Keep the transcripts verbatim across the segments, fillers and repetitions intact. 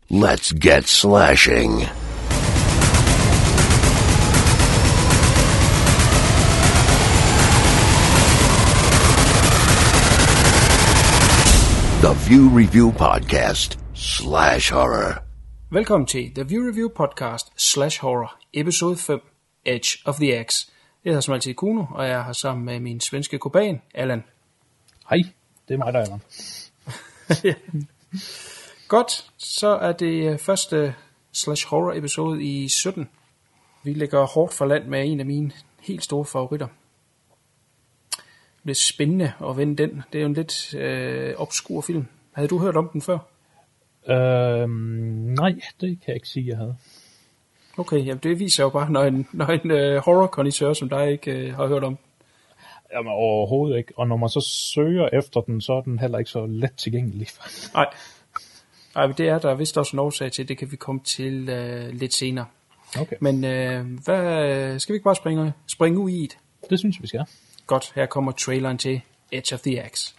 Let's get slashing. The View Review Podcast slash horror. Velkommen til The View Review Podcast slash horror, episode fem, Edge of the Axe. Jeg hedder som altid Kuno, og jeg er her sammen med min svenske kuban, Allan. Hej, det er mig, der er Allan. Godt, så er det første slash horror episode i sytten. Vi lægger hårdt for land med en af mine helt store favoritter. Det bliver spændende at vende den. Det er jo en lidt øh, obskur film. Havde du hørt om den før? Øhm, nej, det kan jeg ikke sige, jeg havde. Okay, jamen det viser jo bare, når en, når en øh, horror-kondisseur som dig ikke øh, har hørt om den. Jamen overhovedet ikke. Og når man så søger efter den, så er den heller ikke så let tilgængelig. Nej. Nej, men det er der vist også en årsag til. Det kan vi komme til øh, lidt senere. Okay. Men øh, hvad, skal vi ikke bare springe, springe ud i det? Det synes jeg, vi skal. Godt, her kommer traileren til Edge of the Axe.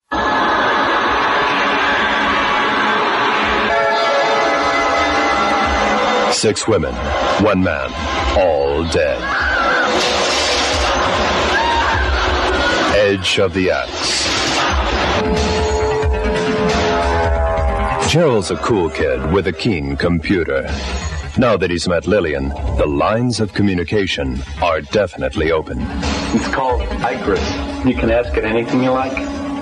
Six women, one man, all dead. Edge of the Axe. Gerald's a cool kid with a keen computer. Now that he's met Lillian, the lines of communication are definitely open. It's called Icarus. You can ask it anything you like.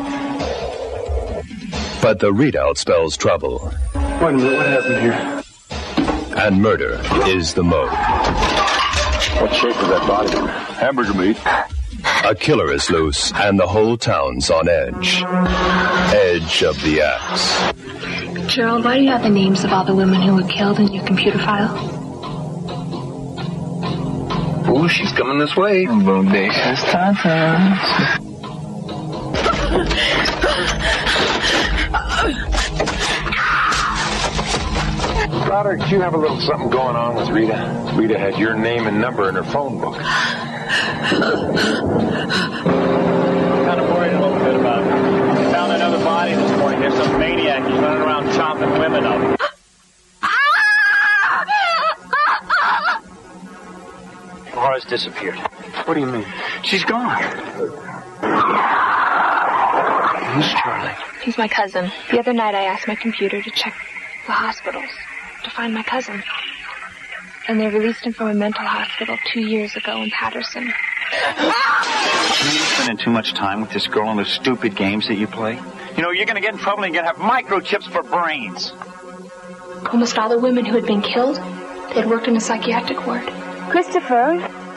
But the readout spells trouble. Wait a minute, what happened here? And murder is the mode. What shape is that body? Hamburger meat. A killer is loose, and the whole town's on edge. Edge of the Axe. Gerald, why do you have the names of all the women who were killed in your computer file? Ooh, she's coming this way. Bodacious tatas. Roderick, you have a little something going on with Rita. Rita had your name and number in her phone book. I'm kind of worried a little bit about it. We found another body this morning. There's some maniac who's running around chopping women up. Laura's disappeared. What do you mean? She's gone. Who's Charlie? He's my cousin. The other night I asked my computer to check the hospitals to find my cousin. And they released him from a mental hospital two years ago in Patterson. You're spending too much time with this girl and those stupid games that you play. You know, you're going to get in trouble and you're going to have microchips for brains. Almost all the women who had been killed, they had worked in a psychiatric ward. Christopher?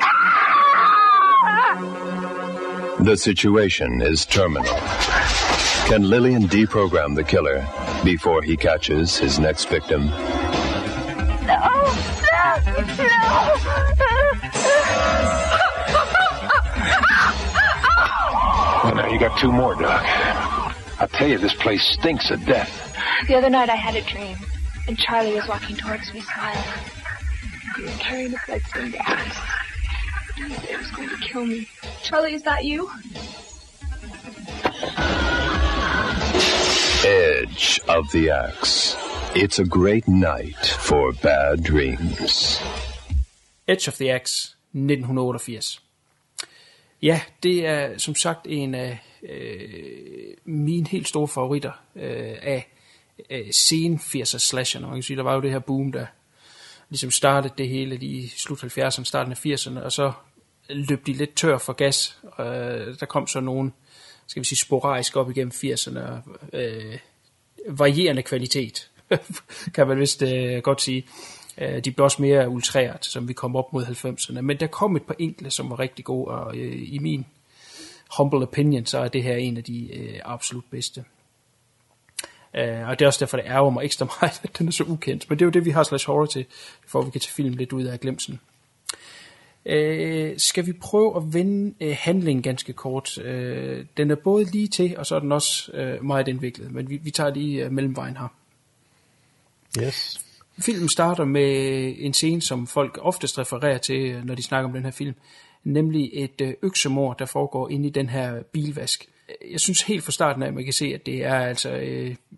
The situation is terminal. Can Lillian deprogram the killer before he catches his next victim? No! No! No! Well, now you got two more, Doc. I'll tell you, this place stinks of death. The other night I had a dream, and Charlie was walking towards me smiling. He was carrying a bloodstained axe. He said he was going to kill me. Charlie, is that you? Edge of the Axe. It's a great night for bad dreams. Edge of the Axe, nitten otteogfirs. Ja, det er som sagt en af øh, mine helt store favoritter øh, af øh, sen firserne slasherne. Man kan sige, der var jo det her boom, der ligesom startede det hele i slut halvfjerdserne, starten af firserne, og så løb de lidt tør for gas. Og der kom så nogle, skal vi sige, sporadisk op igennem firserne, og øh, varierende kvalitet, kan man vist øh, godt sige. De blev også mere ultræret, som vi kom op mod halvfemserne. Men der kom et par enkelte, som var rigtig gode, og øh, i min humble opinion, så er det her en af de øh, absolut bedste. Uh, og det er også derfor, det ærger mig ekstra meget, at den er så ukendt. Men det er jo det, vi har slash horror til, for at vi kan tage film lidt ud af glemsen. Uh, skal vi prøve at vende uh, handlingen ganske kort? Uh, den er både lige til, og så er den også uh, meget indviklet. Men vi, vi tager lige uh, mellemvejen her. Yes. Filmen starter med en scene, som folk oftest refererer til, når de snakker om den her film. Nemlig et øh, øksemord, der foregår inde i den her bilvask. Jeg synes helt fra starten af, at man kan se, at det er altså øh,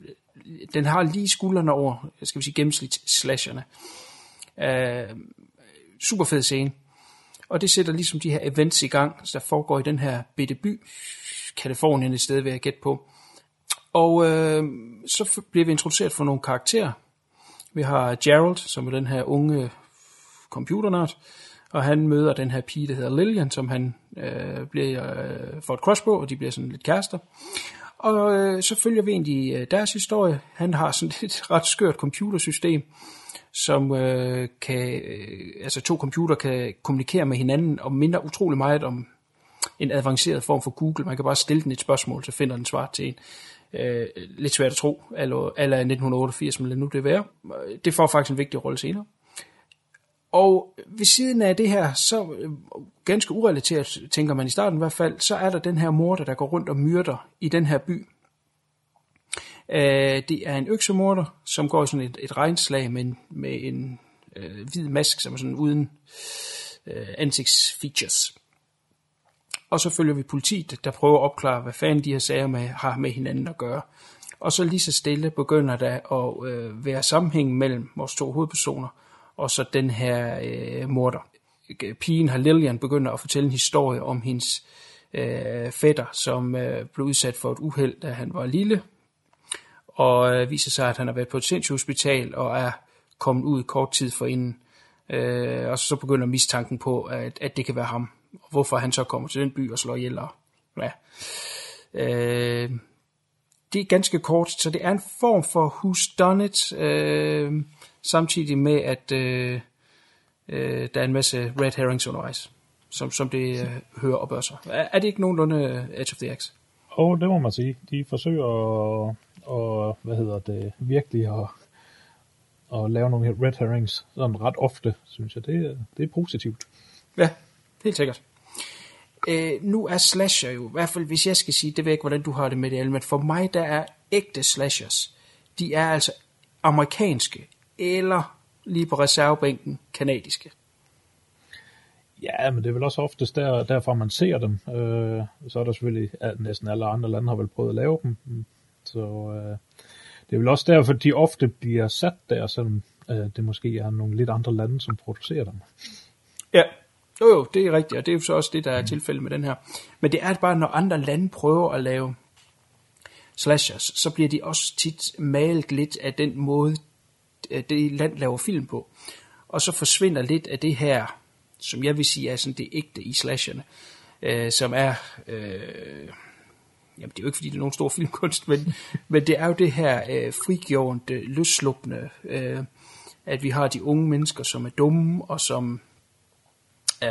den har lige skuldrene over, skal vi sige, gennemsnitsslasherne. Uh, super fed scene. Og det sætter ligesom de her events i gang, der foregår i den her bitte by, Californien et sted, vil jeg gætte på. Og øh, så bliver vi introduceret for nogle karakterer. Vi har Gerald, som er den her unge computernørd, og han møder den her pige, der hedder Lillian, som han øh, bliver øh, for et crush på, og de bliver sådan lidt kærester. Og øh, så følger vi egentlig øh, deres historie. Han har sådan et ret skørt computersystem, som øh, kan, øh, altså to computer kan kommunikere med hinanden, og minder utrolig meget om en avanceret form for Google. Man kan bare stille den et spørgsmål, så finder den svar til en. Øh, lidt svært at tro, eller nitten otteogfirs, men lad nu det være. Det får faktisk en vigtig rolle senere. Og ved siden af det her, så øh, ganske urelateret, tænker man i starten i hvert fald, så er der den her morder, der går rundt og myrder i den her by. Øh, det er en øksemorder, som går i sådan et, et regnslag med en, med en øh, hvid mask, som er sådan uden øh, ansigtsfeatures. Og så følger vi politiet, der prøver at opklare, hvad fanden de her sager med, har med hinanden at gøre. Og så lige så stille begynder der at øh, være sammenhæng mellem vores to hovedpersoner, og så den her øh, morder. Pigen har Lillian begynder at fortælle en historie om hendes øh, fætter, som øh, blev udsat for et uheld, da han var lille. Og øh, viser sig, at han har været på et sindssygehospital og er kommet ud kort tid forinden. Øh, og så begynder mistanken på, at, at det kan være ham. Og hvorfor han så kommer til den by og slår ihjel. Ja. Øh, det er ganske kort, så det er en form for whodunit, øh, samtidig med, at øh, øh, der er en masse red herrings undervejs, som, som det øh, hører og bør sig. Er, er det ikke nogenlunde Edge of the Axe? Åh, oh, det må man sige. De forsøger at, og, hvad hedder det, virkelig at, at lave nogle red herrings sådan ret ofte, synes jeg. Det, det er positivt. Ja, helt sikkert. Øh, nu er slasher jo, i hvert fald hvis jeg skal sige, det ved jeg ikke, hvordan du har det med det, men for mig, der er ægte slashers. De er altså amerikanske, eller lige på reservebænken, kanadiske. Ja, men det er vel også oftest der, derfra man ser dem. Øh, så er der selvfølgelig, at næsten alle andre lande har vel prøvet at lave dem. Så øh, det er vel også derfor, de ofte bliver sat der, selvom øh, det måske er nogle lidt andre lande, som producerer dem. Ja, jo jo, det er rigtigt, og det er jo så også det, der er tilfældet med den her. Men det er bare, når andre lande prøver at lave slashers, så bliver de også tit malet lidt af den måde, det land laver film på. Og så forsvinder lidt af det her, som jeg vil sige er sådan det ægte i slasherne, øh, som er, øh, jamen det er jo ikke fordi det er nogen stor filmkunst, men, men det er jo det her øh, frigjorte, løsslupne, øh, at vi har de unge mennesker, som er dumme, og som øh,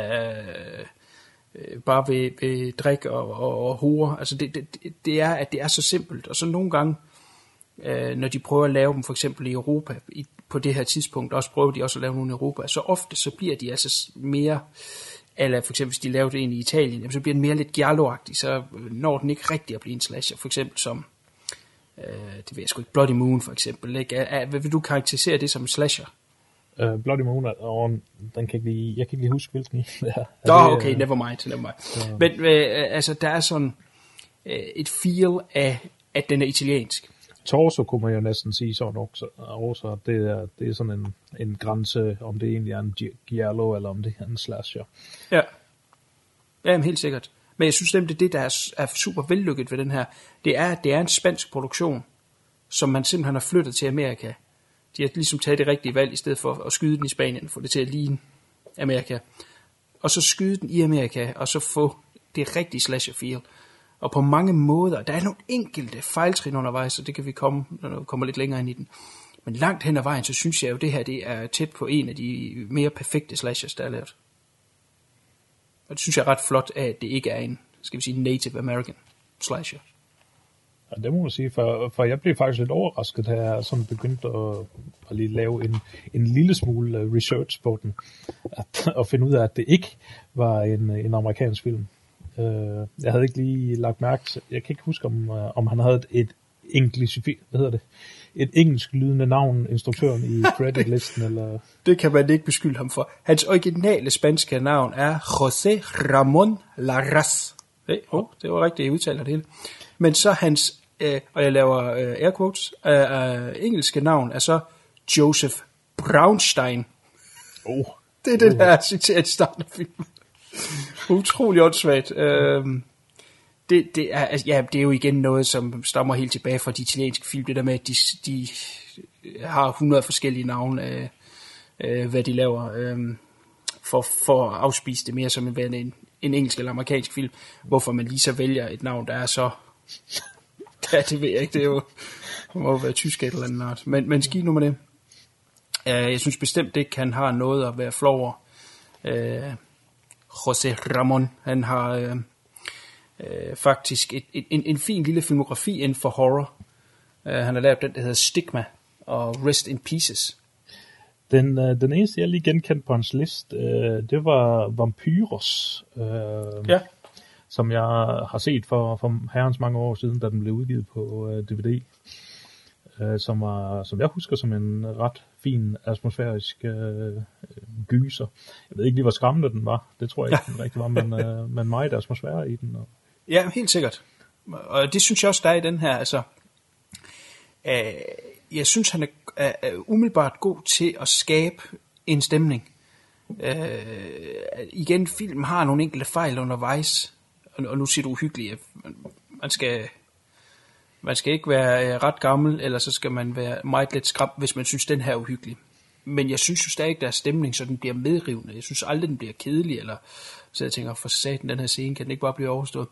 øh, bare vil, vil drikke og, og, og hore. Altså det, det, det er, at det er så simpelt, og så nogle gange, øh, når de prøver at lave dem for eksempel i Europa, i, på det her tidspunkt, også prøver de også at lave nogle i Europa, så ofte så bliver de altså mere, eller for eksempel hvis de laver det ind i Italien, så bliver den mere lidt giallo-agtig, så når den ikke rigtig at blive en slasher, for eksempel som, øh, det ved jeg sgu ikke, Bloody Moon for eksempel, ikke? Er, hvad vil du karakterisere det som en slasher? Uh, Bloody Moon, og den kan ikke lige, jeg kan ikke lige huske, hvilken i det er. Nå, okay, never mind, never mind. Uh, Men øh, altså, der er sådan øh, et feel af, at den er italiensk. Torso kunne man jo næsten sige sådan også, også det, er, det er sådan en, en grænse, om det egentlig er en giallo, eller om det er en slasher. Ja, jamen, helt sikkert. Men jeg synes nemlig, det der er, er super vellykket ved den her, det er, at det er en spansk produktion, som man simpelthen har flyttet til Amerika. De har ligesom taget det rigtige valg, i stedet for at skyde den i Spanien, få det til at ligne Amerika. Og så skyde den i Amerika, og så få det rigtige slasher feel. Og på mange måder, der er nogle enkelte fejltrin undervejs, så det kan vi komme, når vi kommer lidt længere ind i den. Men langt hen ad vejen, så synes jeg jo, det her det er tæt på en af de mere perfekte slashers, der er lavet. Og det synes jeg er ret flot, at det ikke er en, skal vi sige, Native American slasher. Ja, det må man sige, for, for jeg blev faktisk lidt overrasket, da jeg sådan begyndte at, at lige lave en, en lille smule research på den, at, at finde ud af, at det ikke var en, en amerikansk film. Uh, jeg havde ikke lige lagt mærke til, jeg kan ikke huske, om, uh, om han havde et, et engelsk, hvad hedder det, et engelsk lydende navn, instruktøren i creditlisten, eller... Det kan man ikke beskylde ham for. Hans originale spanske navn er José Ramón Larraz. Hey, oh, det var rigtigt, jeg udtaler det hele. Men så hans øh, og jeg laver øh, air quotes, øh, øh, engelske navn er så Joseph Braunstein. Oh. Det er det, der er citeret i starten af filmen. Utrolig åndssvagt. Øh, det, det, er, altså, ja, det er jo igen noget, som stammer helt tilbage fra de italienske film. Det der med, at de, de har hundrede forskellige navne, øh, øh, hvad de laver, øh, for, for at afspise det mere som en, en, en engelsk eller amerikansk film. Hvorfor man lige så vælger et navn, der er så... Ja, det ved jeg ikke. Det er jo, det må jo være tysk eller andet art. Men, men skidt nu med det. Uh, jeg synes bestemt ikke, han har noget at være flov over. Uh, José Ramón, han har uh, uh, faktisk et, et, en, en fin lille filmografi inden for horror. Uh, han har lavet den, der hedder Stigma og Rest in Pieces. Den, uh, den eneste, jeg lige genkendte på hans liste, uh, det var Vampyros. Uh, ja. Som jeg har set for, for herrens mange år siden, da den blev udgivet på uh, D V D. Uh, som, var, som jeg husker som en ret fin atmosfærisk uh, gyser. Jeg ved ikke lige, hvor skræmmende den var. Det tror jeg ikke, den rigtig var, men, uh, men meget atmosfære i den. Og... Ja, helt sikkert. Og det synes jeg også, der er i den her. Altså, øh, jeg synes, han er, er, er umiddelbart god til at skabe en stemning. Øh, igen, filmen har nogle enkelte fejl undervejs. Og, og nu siger du uhyggeligt. Man skal... Man skal ikke være ret gammel, eller så skal man være meget lidt skræmt, hvis man synes, den her er uhyggelig. Men jeg synes jo stadig, der er stemning, så den bliver medrivende. Jeg synes aldrig, den bliver kedelig, eller så jeg tænker, for satan, den her scene, kan den ikke bare blive overstået.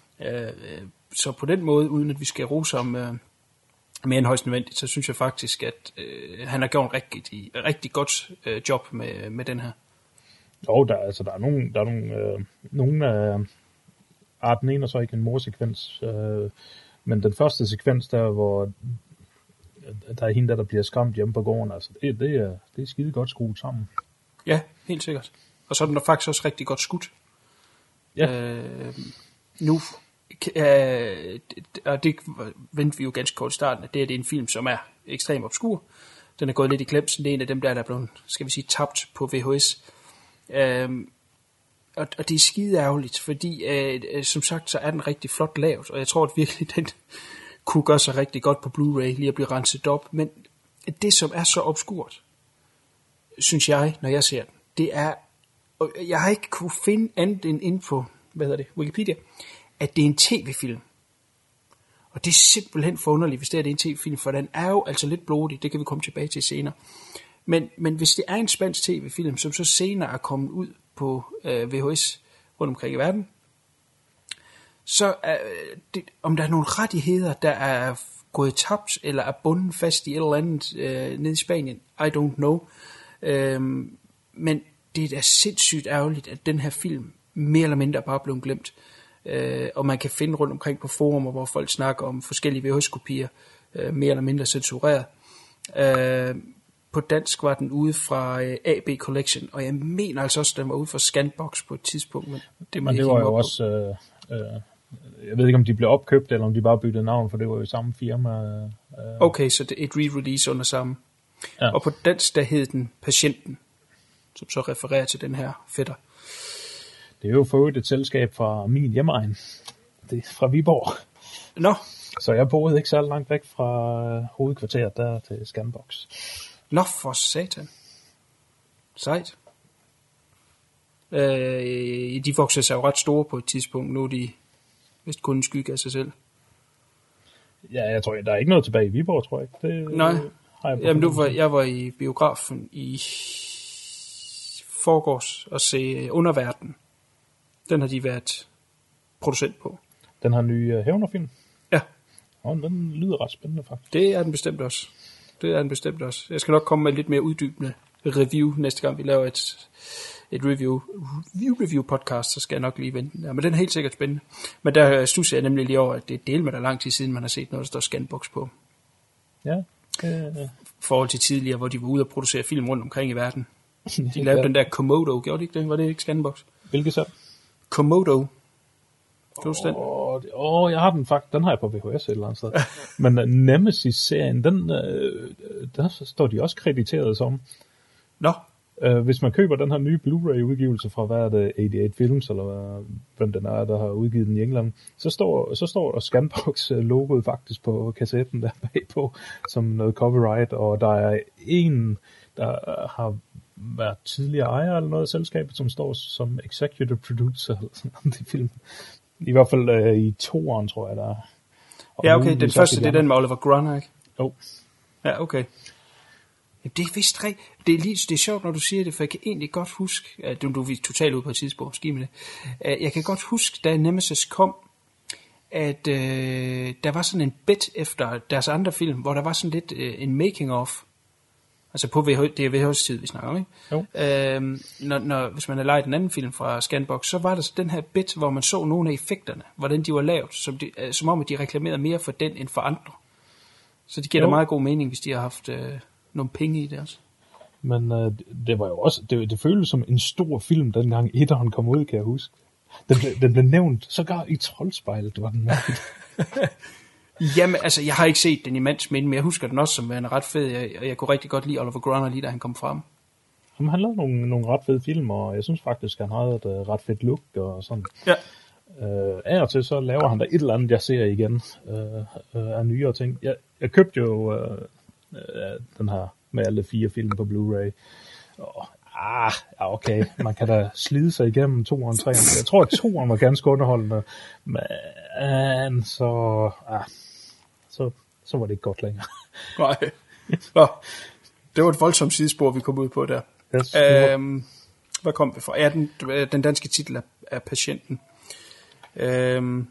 Så på den måde, uden at vi skal rose om mere end højst nødvendigt, så synes jeg faktisk, at han har gjort en rigtig, rigtig godt job med, med den her. Jo, der, altså, der er nogle, der er nogle, øh, nogle af øh, den ene og så ikke en morsekvens, øh, men den første sekvens der, hvor der er hende der, der bliver skræmt hjemme på gården, altså det, det, er, det er skide godt skruet sammen. Ja, helt sikkert. Og så er den der faktisk også rigtig godt skudt. Ja. Øh, nu, øh, og det vendte vi jo ganske kort i starten, at det, er, det er en film, som er ekstremt obskur. Den er gået lidt i glemsen. Det er en af dem der, der er blevet, skal vi sige, tabt på V H S. Øh, Og, og det er skide ærgerligt, fordi øh, som sagt, så er den rigtig flot lavet, og jeg tror at virkelig, den kunne gøre sig rigtig godt på Blu-ray, lige at blive renset op. Men det, som er så obskurt, synes jeg, når jeg ser den, det er, og jeg har ikke kunne finde andet end inde på, hvad hedder det, Wikipedia, at det er en tv-film. Og det er simpelthen forunderligt, hvis det er, det er en tv-film, for den er jo altså lidt blodig, det kan vi komme tilbage til senere. Men, men hvis det er en spansk tv-film, som så senere er kommet ud på øh, V H S rundt omkring i verden, så er det, om der er nogle rettigheder, der er gået tabt, eller er bundet fast i et eller andet øh, nede i Spanien, I don't know. Øhm, men det er da sindssygt ærgerligt, at den her film mere eller mindre bare er blevet glemt. Øh, og man kan finde rundt omkring på forumer, hvor folk snakker om forskellige V H S-kopier, øh, mere eller mindre censureret. Øh, På dansk var den ude fra øh, A B Collection, og jeg mener altså også, at den var ude fra Scanbox på et tidspunkt. Men det, men det var jo også, øh, øh, jeg ved ikke, om de blev opkøbt, eller om de bare byttede navn, for det var jo samme firma. Øh. Okay, så det er et re-release under samme. Ja. Og på dansk, der hed den Patienten, som så refererer til den her fætter. Det er jo for øvrigt et selskab fra min hjemegn. Det er fra Viborg. Nå. Så jeg boede ikke så langt væk fra hovedkvarteret der til Scanbox. Nå for satan. Sejt. Øh, de voksede sig jo ret store på et tidspunkt. Nu er de vist kun en skygge af sig selv. Ja, jeg tror, der er ikke noget tilbage i Viborg, tror jeg ikke. Det, Nej. Har jeg Jamen, du var, jeg var i biografen i forgårs og se Underverden. Den har de været producent på. Den har nye uh, hævnerfilm? Ja. Og den lyder ret spændende, faktisk. Det er den bestemt også. Det er den bestemt også. Jeg skal nok komme med lidt mere uddybende review næste gang, vi laver et, et review, review, review podcast, så skal jeg nok lige vente. Ja, men den er helt sikkert spændende. Men der studser jeg nemlig lige over, at det er del med der lang tid siden, man har set noget, der står Scanbox på. Ja. Øh... forhold til tidligere, hvor de var ude og producere film rundt omkring i verden. De lavede ja. den der Komodo, gjorde de ikke det? Var det ikke Scanbox? Hvilket så? Komodo. Åh, oh, oh, jeg har den faktisk, den har jeg på V H S et eller andet sted. Men uh, Nemesis-serien, den, uh, der står de også krediteret som. Nå. Uh, hvis man køber den her nye Blu-ray-udgivelse fra, hvad er det, otteogtyve Films, eller hvad, hvem den er, der har udgivet den i England, så står, så står der Scanbox-logoet faktisk på kassetten der bagpå, som noget copyright, og der er en, der har været tidligere ejer eller noget af selskabet, som står som executive producer eller sådan noget i filmen. I hvert fald uh, i toeren, tror jeg, der er. Og ja, okay, den første, det er den med Oliver Gruner, ikke? Jo. Oh. Ja, okay. Jamen, det er vist rigtigt. Det er, lige, det er sjovt, når du siger det, for jeg kan egentlig godt huske, at du, du er totalt ude på et tidspunkt, skidt med det. Jeg kan godt huske, da Nemesis kom, at øh, der var sådan en bit efter deres andre film, hvor der var sådan lidt øh, en making-of. Altså på V H, det er V H-tid, vi snakker om, ikke? Jo. Øhm, når, når, hvis man har lejet en anden film fra Scanbox, så var der den her bit, hvor man så nogle af effekterne, hvordan de var lavet, som, de, øh, som om, at de reklamerede mere for den end for andre. Så det giver da meget god mening, hvis de har haft øh, nogle penge i det også. Men øh, det var jo også, det, det føltes som en stor film, dengang etteren kom ud, kan jeg huske. Den blev, den blev nævnt sågar i Troldspejlet, var den mærkeligt. Jamen, altså, jeg har ikke set den i mands minde, men jeg husker den også som en ret fed, jeg, og jeg kunne rigtig godt lide Oliver Gruner lige da han kom frem. Jamen, han lavede nogle, nogle ret fede film, og jeg synes faktisk, han havde et uh, ret fedt look og sådan. Ja. Uh, af og til så laver han der et eller andet, jeg ser igen uh, uh, af nyere ting. Jeg, jeg købte jo uh, uh, den her med alle fire film på Blu-ray. Og ah, ja, okay, man kan da slide sig igennem toeren og treeren. Jeg tror, at toeren var ganske underholdende, men så, ah, så, så var det ikke godt længere. Nej, Nå, det var et voldsomt sidespor, vi kom ud på der. Yes. Øhm, hvad kom vi fra? Ja, den, den danske titel er, er Patienten. Øhm,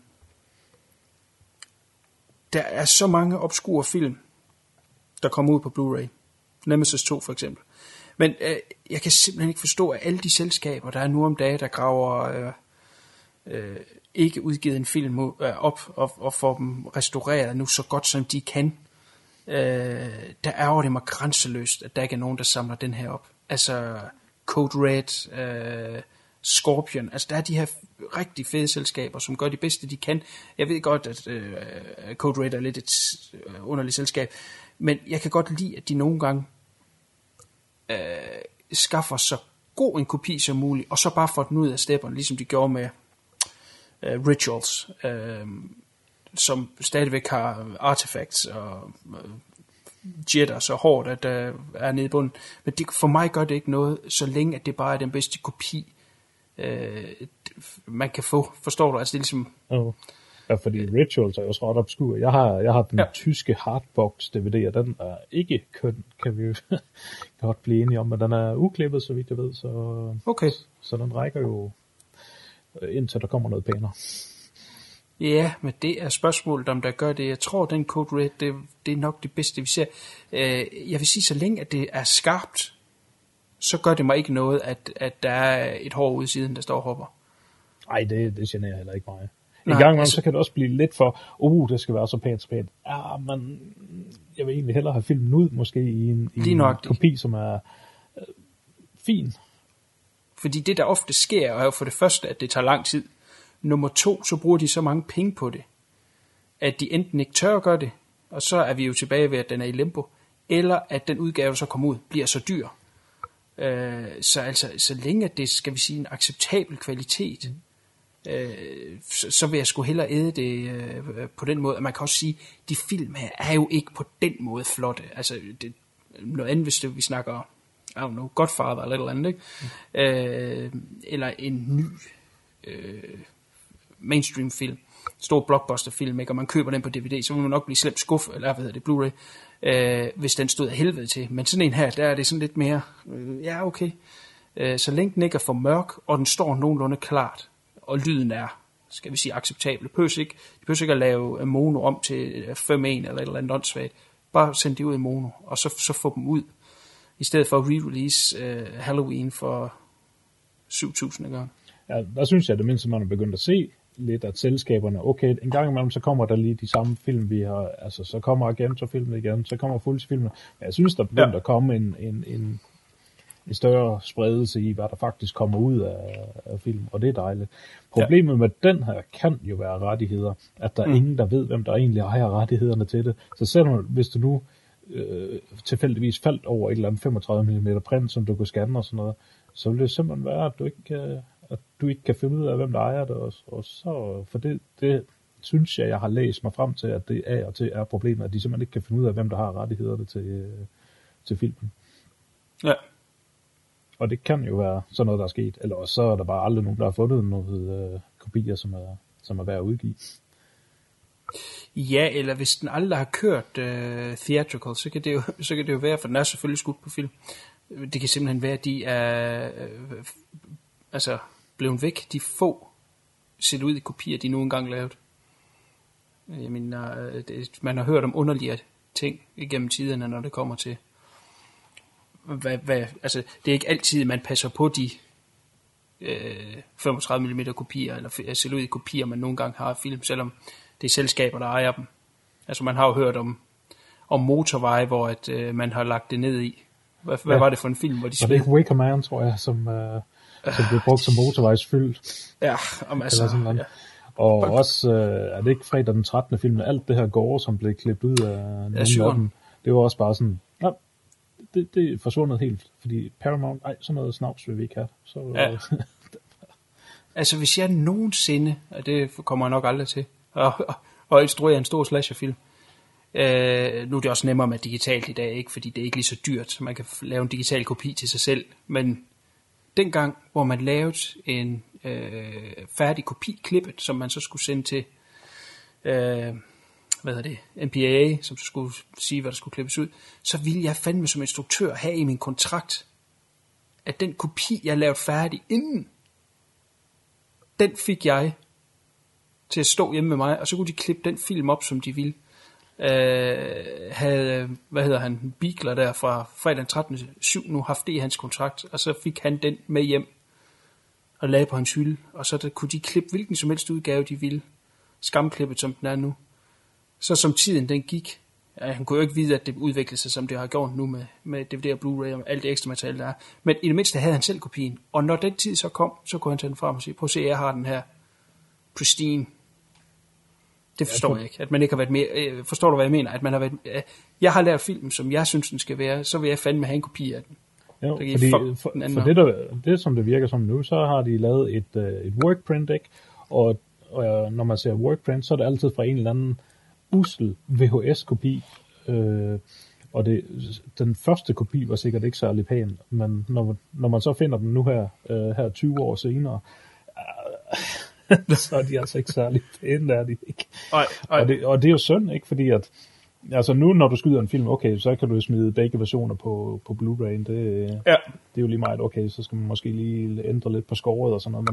der er så mange obskure film, der kommer ud på Blu-ray. Nemesis to for eksempel. Men øh, jeg kan simpelthen ikke forstå, at alle de selskaber, der er nu om dagen, der graver øh, øh, ikke udgivet en film øh, op og, og får dem restaureret nu så godt som de kan. Øh, der ærger det mig grænseløst, at der ikke er nogen, der samler den her op. Altså Code Red, øh, Scorpion, altså der er de her rigtig fede selskaber, som gør det bedste, de kan. Jeg ved godt, at øh, Code Red er lidt et underligt selskab, men jeg kan godt lide, at de nogle gange øh, skaffer så god en kopi som muligt, og så bare får den ud af stepperne, ligesom de gjorde med øh, Rituals, øh, som stadigvæk har artifacts og øh, jetter så hårdt, at der øh, er nede i bunden. Men det, for mig gør det ikke noget, så længe at det bare er den bedste kopi, øh, man kan få. Forstår du? Altså det er ligesom... Oh. Ja, fordi Rituals er jo også ret obskur. Jeg har, jeg har den ja. tyske hardbox D V D, og den er ikke køn, kan vi jo godt blive enige om, men den er uklippet, så vidt jeg ved, så, okay. så den rækker jo indtil der kommer noget pænere. Ja, men det er spørgsmålet, om der gør det. Jeg tror, den Code Red, det, det er nok det bedste, vi ser. Jeg vil sige, så længe at det er skarpt, så gør det mig ikke noget, at, at der er et hår ude i siden, der står og hopper. Nej, det, det generer heller ikke mig. En Nej, gang imellem, altså, så kan det også blive lidt for, uh, det skal være så pænt, så pænt. Ja, men jeg vil egentlig hellere have filmen ud, måske i en, i en kopi, som er øh, fin. Fordi det, der ofte sker, er jo for det første, at det tager lang tid. Nummer to, så bruger de så mange penge på det, at de enten ikke tør at gøre det, og så er vi jo tilbage ved, at den er i limbo, eller at den udgave, så kommer ud, bliver så dyr. Øh, så altså, så længe at det, skal vi sige, en acceptabel kvalitet, øh, så, så vil jeg sgu hellere æde det øh, på den måde. Og man kan også sige, de film her er jo ikke på den måde flotte. Altså, det, noget andet, hvis det, vi snakker, I don't know, Godfather eller et eller andet, ikke? Mm. Øh, eller en ny øh, mainstream film, stor blockbuster film, ikke? Og man køber den på D V D, så vil man nok blive slemt skuffet, eller hvad hedder det, Blu-ray, øh, hvis den stod af helvede til. Men sådan en her, der er det sådan lidt mere, øh, ja okay, øh, så længe den ikke er for mørk, og den står nogenlunde klart, og lyden er, skal vi sige, acceptabel. De behøver ikke, de behøver ikke at lave mono om til fem en eller et eller andet åndssvagt. Bare send det ud i mono, og så, så få dem ud, i stedet for at re-release øh, Halloween for syv tusind gang. Ja, der synes jeg, at det mindste, man er begyndt at se lidt, at selskaberne, okay, en gang imellem, så kommer der lige de samme film, vi har, altså, så kommer Argento-filmen igen, så kommer Fulci-filmen, men jeg synes, der er begyndt ja. at komme en, en, en, en større spredelse i, hvad der faktisk kommer ud af, af film, og det er dejligt. Problemet ja. med den her kan jo være rettigheder, at der er mm. ingen, der ved, hvem der egentlig ejer rettighederne til det, så selvom, hvis du nu øh, tilfældigvis faldt over et eller andet femogtredive millimeter print, som du kunne scanne og sådan noget, så vil det simpelthen være, at du ikke kan, at du ikke kan finde ud af, hvem der ejer det, og, og så, for det, det synes jeg, jeg har læst mig frem til, at det af og til er problemet, at de simpelthen ikke kan finde ud af, hvem der har rettighederne til, til filmen. Ja. Og det kan jo være sådan noget, der er sket, eller også så er der bare aldrig nogen, der har fundet noget øh, kopier, som er, som er værd at udgive. Ja, eller hvis den aldrig har kørt uh, theatrical, så kan, det jo, så kan det jo være, for den er selvfølgelig skudt på film. Det kan simpelthen være, at de er øh, altså blevet væk, de få set ud i kopier, de nu engang lavet. Jeg mener, det, man har hørt om underlige ting igennem tiderne, når det kommer til, hvad, hvad, altså det er ikke altid, man passer på de øh, femogtredive millimeter kopier, eller set ud i kopier, man nogle gange har af film, selvom det er selskaber, der ejer dem. Altså man har jo hørt om, om motorveje, hvor at, øh, man har lagt det ned i. Hvad, hvad ja. var det for en film, hvor de spillede? Og det er Wicker Man, tror jeg, som, øh, som blev brugt som motorvejsfyld. Ja, om altså... Ja. Og også, øh, er det ikke fredag den trettende film, alt det her gore, som blev klippet ud af nogle af dem, det var også bare sådan, ja, det, det er forsvundet helt, fordi Paramount, ej, sådan noget snavs vil vi ikke have. Så, ja. Altså, hvis jeg nogensinde, og det kommer jeg nok aldrig til, og, og, og instruere en stor slasherfilm, øh, nu er det også nemmere med digitalt i dag, ikke, fordi det er ikke lige så dyrt, så man kan lave en digital kopi til sig selv, men dengang, hvor man lavede en øh, færdig kopi klippet, som man så skulle sende til øh, hvad hedder det, N P A A, som skulle sige, hvad der skulle klippes ud, så ville jeg fandme som instruktør have i min kontrakt, at den kopi, jeg lavede færdig inden, den fik jeg til at stå hjemme med mig, og så kunne de klippe den film op, som de ville. Øh, havde, hvad hedder han, Bigler der fra fredag den trettende syv nu haft det i hans kontrakt, og så fik han den med hjem og lagde på hans hylde, og så der, kunne de klippe hvilken som helst udgave de ville, skamklippet som den er nu. Så som tiden den gik, ja, han kunne jo ikke vide, at det udviklede sig, som det har gjort nu med, med D V D og Blu-ray og alt det ekstra materiale der er, men i det mindste havde han selv kopien, og når den tid så kom, så kunne han tage den frem og sige, prøv at se, jeg har den her pristine. Det forstår jeg, jeg ikke, at man ikke har været mere, øh, forstår du hvad jeg mener, at man har været, øh, jeg har lavet filmen, som jeg synes den skal være, så vil jeg fandme have en kopi af den. Jo, fordi for, for det, der, det som det virker som nu, så har de lavet et, uh, et workprint, ikke? Og, og når man ser workprint, så er det altid fra en eller anden usel V H S-kopi, øh, og det, den første kopi var sikkert ikke særlig pæn, men når, når man så finder den nu her, øh, her tyve år senere, øh, så er de altså ikke særlig pæne, der er de ikke. Ej, ej. Og, det, og det er jo synd, ikke? Fordi at altså nu, når du skyder en film, okay, så kan du smide begge versioner på, på Blu-ray. Det, ja. det er jo lige meget, okay, så skal man måske lige ændre lidt på skåret og sådan noget.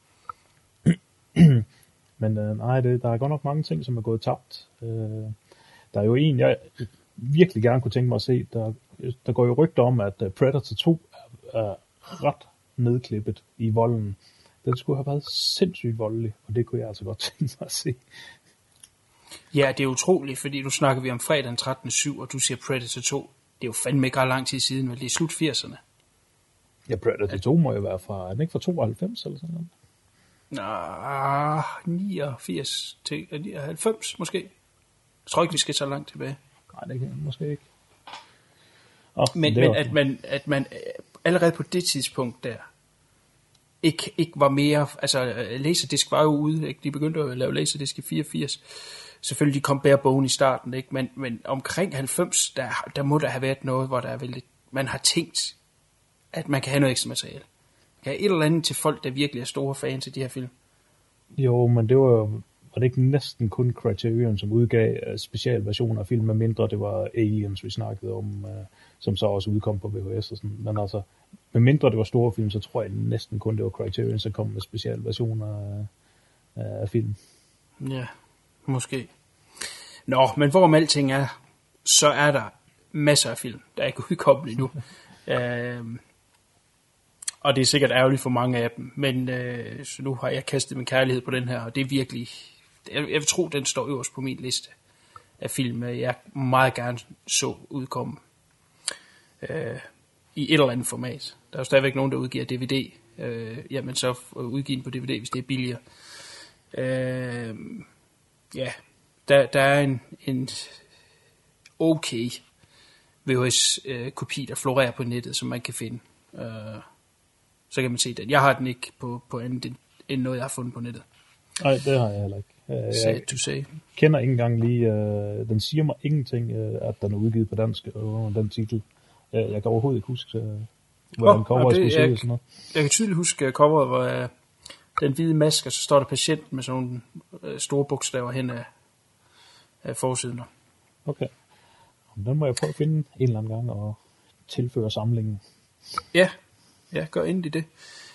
Men, men øh, nej, det, der er godt nok mange ting, som er gået tabt. Øh, der er jo en, jeg virkelig gerne kunne tænke mig at se. Der, der går jo rygter om, at Predator to er, er ret nedklippet i volden. Den skulle have været sindssygt voldelig, og det kunne jeg altså godt tænke mig at se. Ja, det er utroligt, fordi nu snakker vi om fredag den trettende syv, og du siger Predator to. Det er jo fandme ikke ret lang tid siden, men det er slut firserne. Ja, Predator to må jo være fra, er den ikke fra tooghalvfems eller sådan noget? Nå, niogfirs til nioghalvfems måske. Jeg tror ikke, vi skal så langt tilbage. Nej, det kan måske ikke. Oh, men men at, man, at man allerede på det tidspunkt der, ikke, ikke var mere, altså Laserdisc var jo ude, ikke? De begyndte at lave Laserdisc i fireogfirs. Selvfølgelig de kom bare bone i starten, ikke? Men, men omkring halvfems, der, der må der have været noget, hvor der er veldig, man har tænkt, at man kan have noget ekstra materiale. Man kan have et eller andet til folk, der virkelig er store fans af de her film. Jo, men det var, var det ikke næsten kun Criterion, som udgav specialversioner af film, med mindre det var Aliens, vi snakkede om, som så også udkom på V H S og sådan. Men altså, med mindre det var store film, så tror jeg næsten kun det var Criterion, som kom med specialversioner af, af film. Ja, måske. Nå, men hvorom alting er, så er der masser af film, der er ikke udkommet endnu. øhm, og det er sikkert ærgerligt for mange af dem, men øh, så nu har jeg kastet min kærlighed på den her, og det er virkelig, jeg, jeg vil tro, den står øverst på min liste af film, jeg meget gerne så udkomme øh, i et eller andet format. Der er jo stadigvæk nogen, der udgiver D V D, øh, jamen så udgive den på D V D, hvis det er billigere. Øh, ja, der, der er en, en okay V H S-kopi, der florerer på nettet, som man kan finde. Øh, så kan man se den. Jeg har den ikke på, på andet end noget, jeg har fundet på nettet. Nej, det har jeg heller ikke. Jeg Sad to say. kender ikke engang lige, øh, den siger mig ingenting, øh, at den er udgivet på dansk under den titel. Jeg, jeg kan overhovedet ikke huske, øh, hvordan oh, coveret skulle se. Sådan noget. Jeg kan tydeligt huske coveret, hvor øh, den hvide maske, og så står der patient med sådan nogle øh, store bogstaver hen af, af forsiden. Okay. Den må jeg prøve at finde en eller anden gang og tilføre samlingen. Ja, ja, gør endelig det.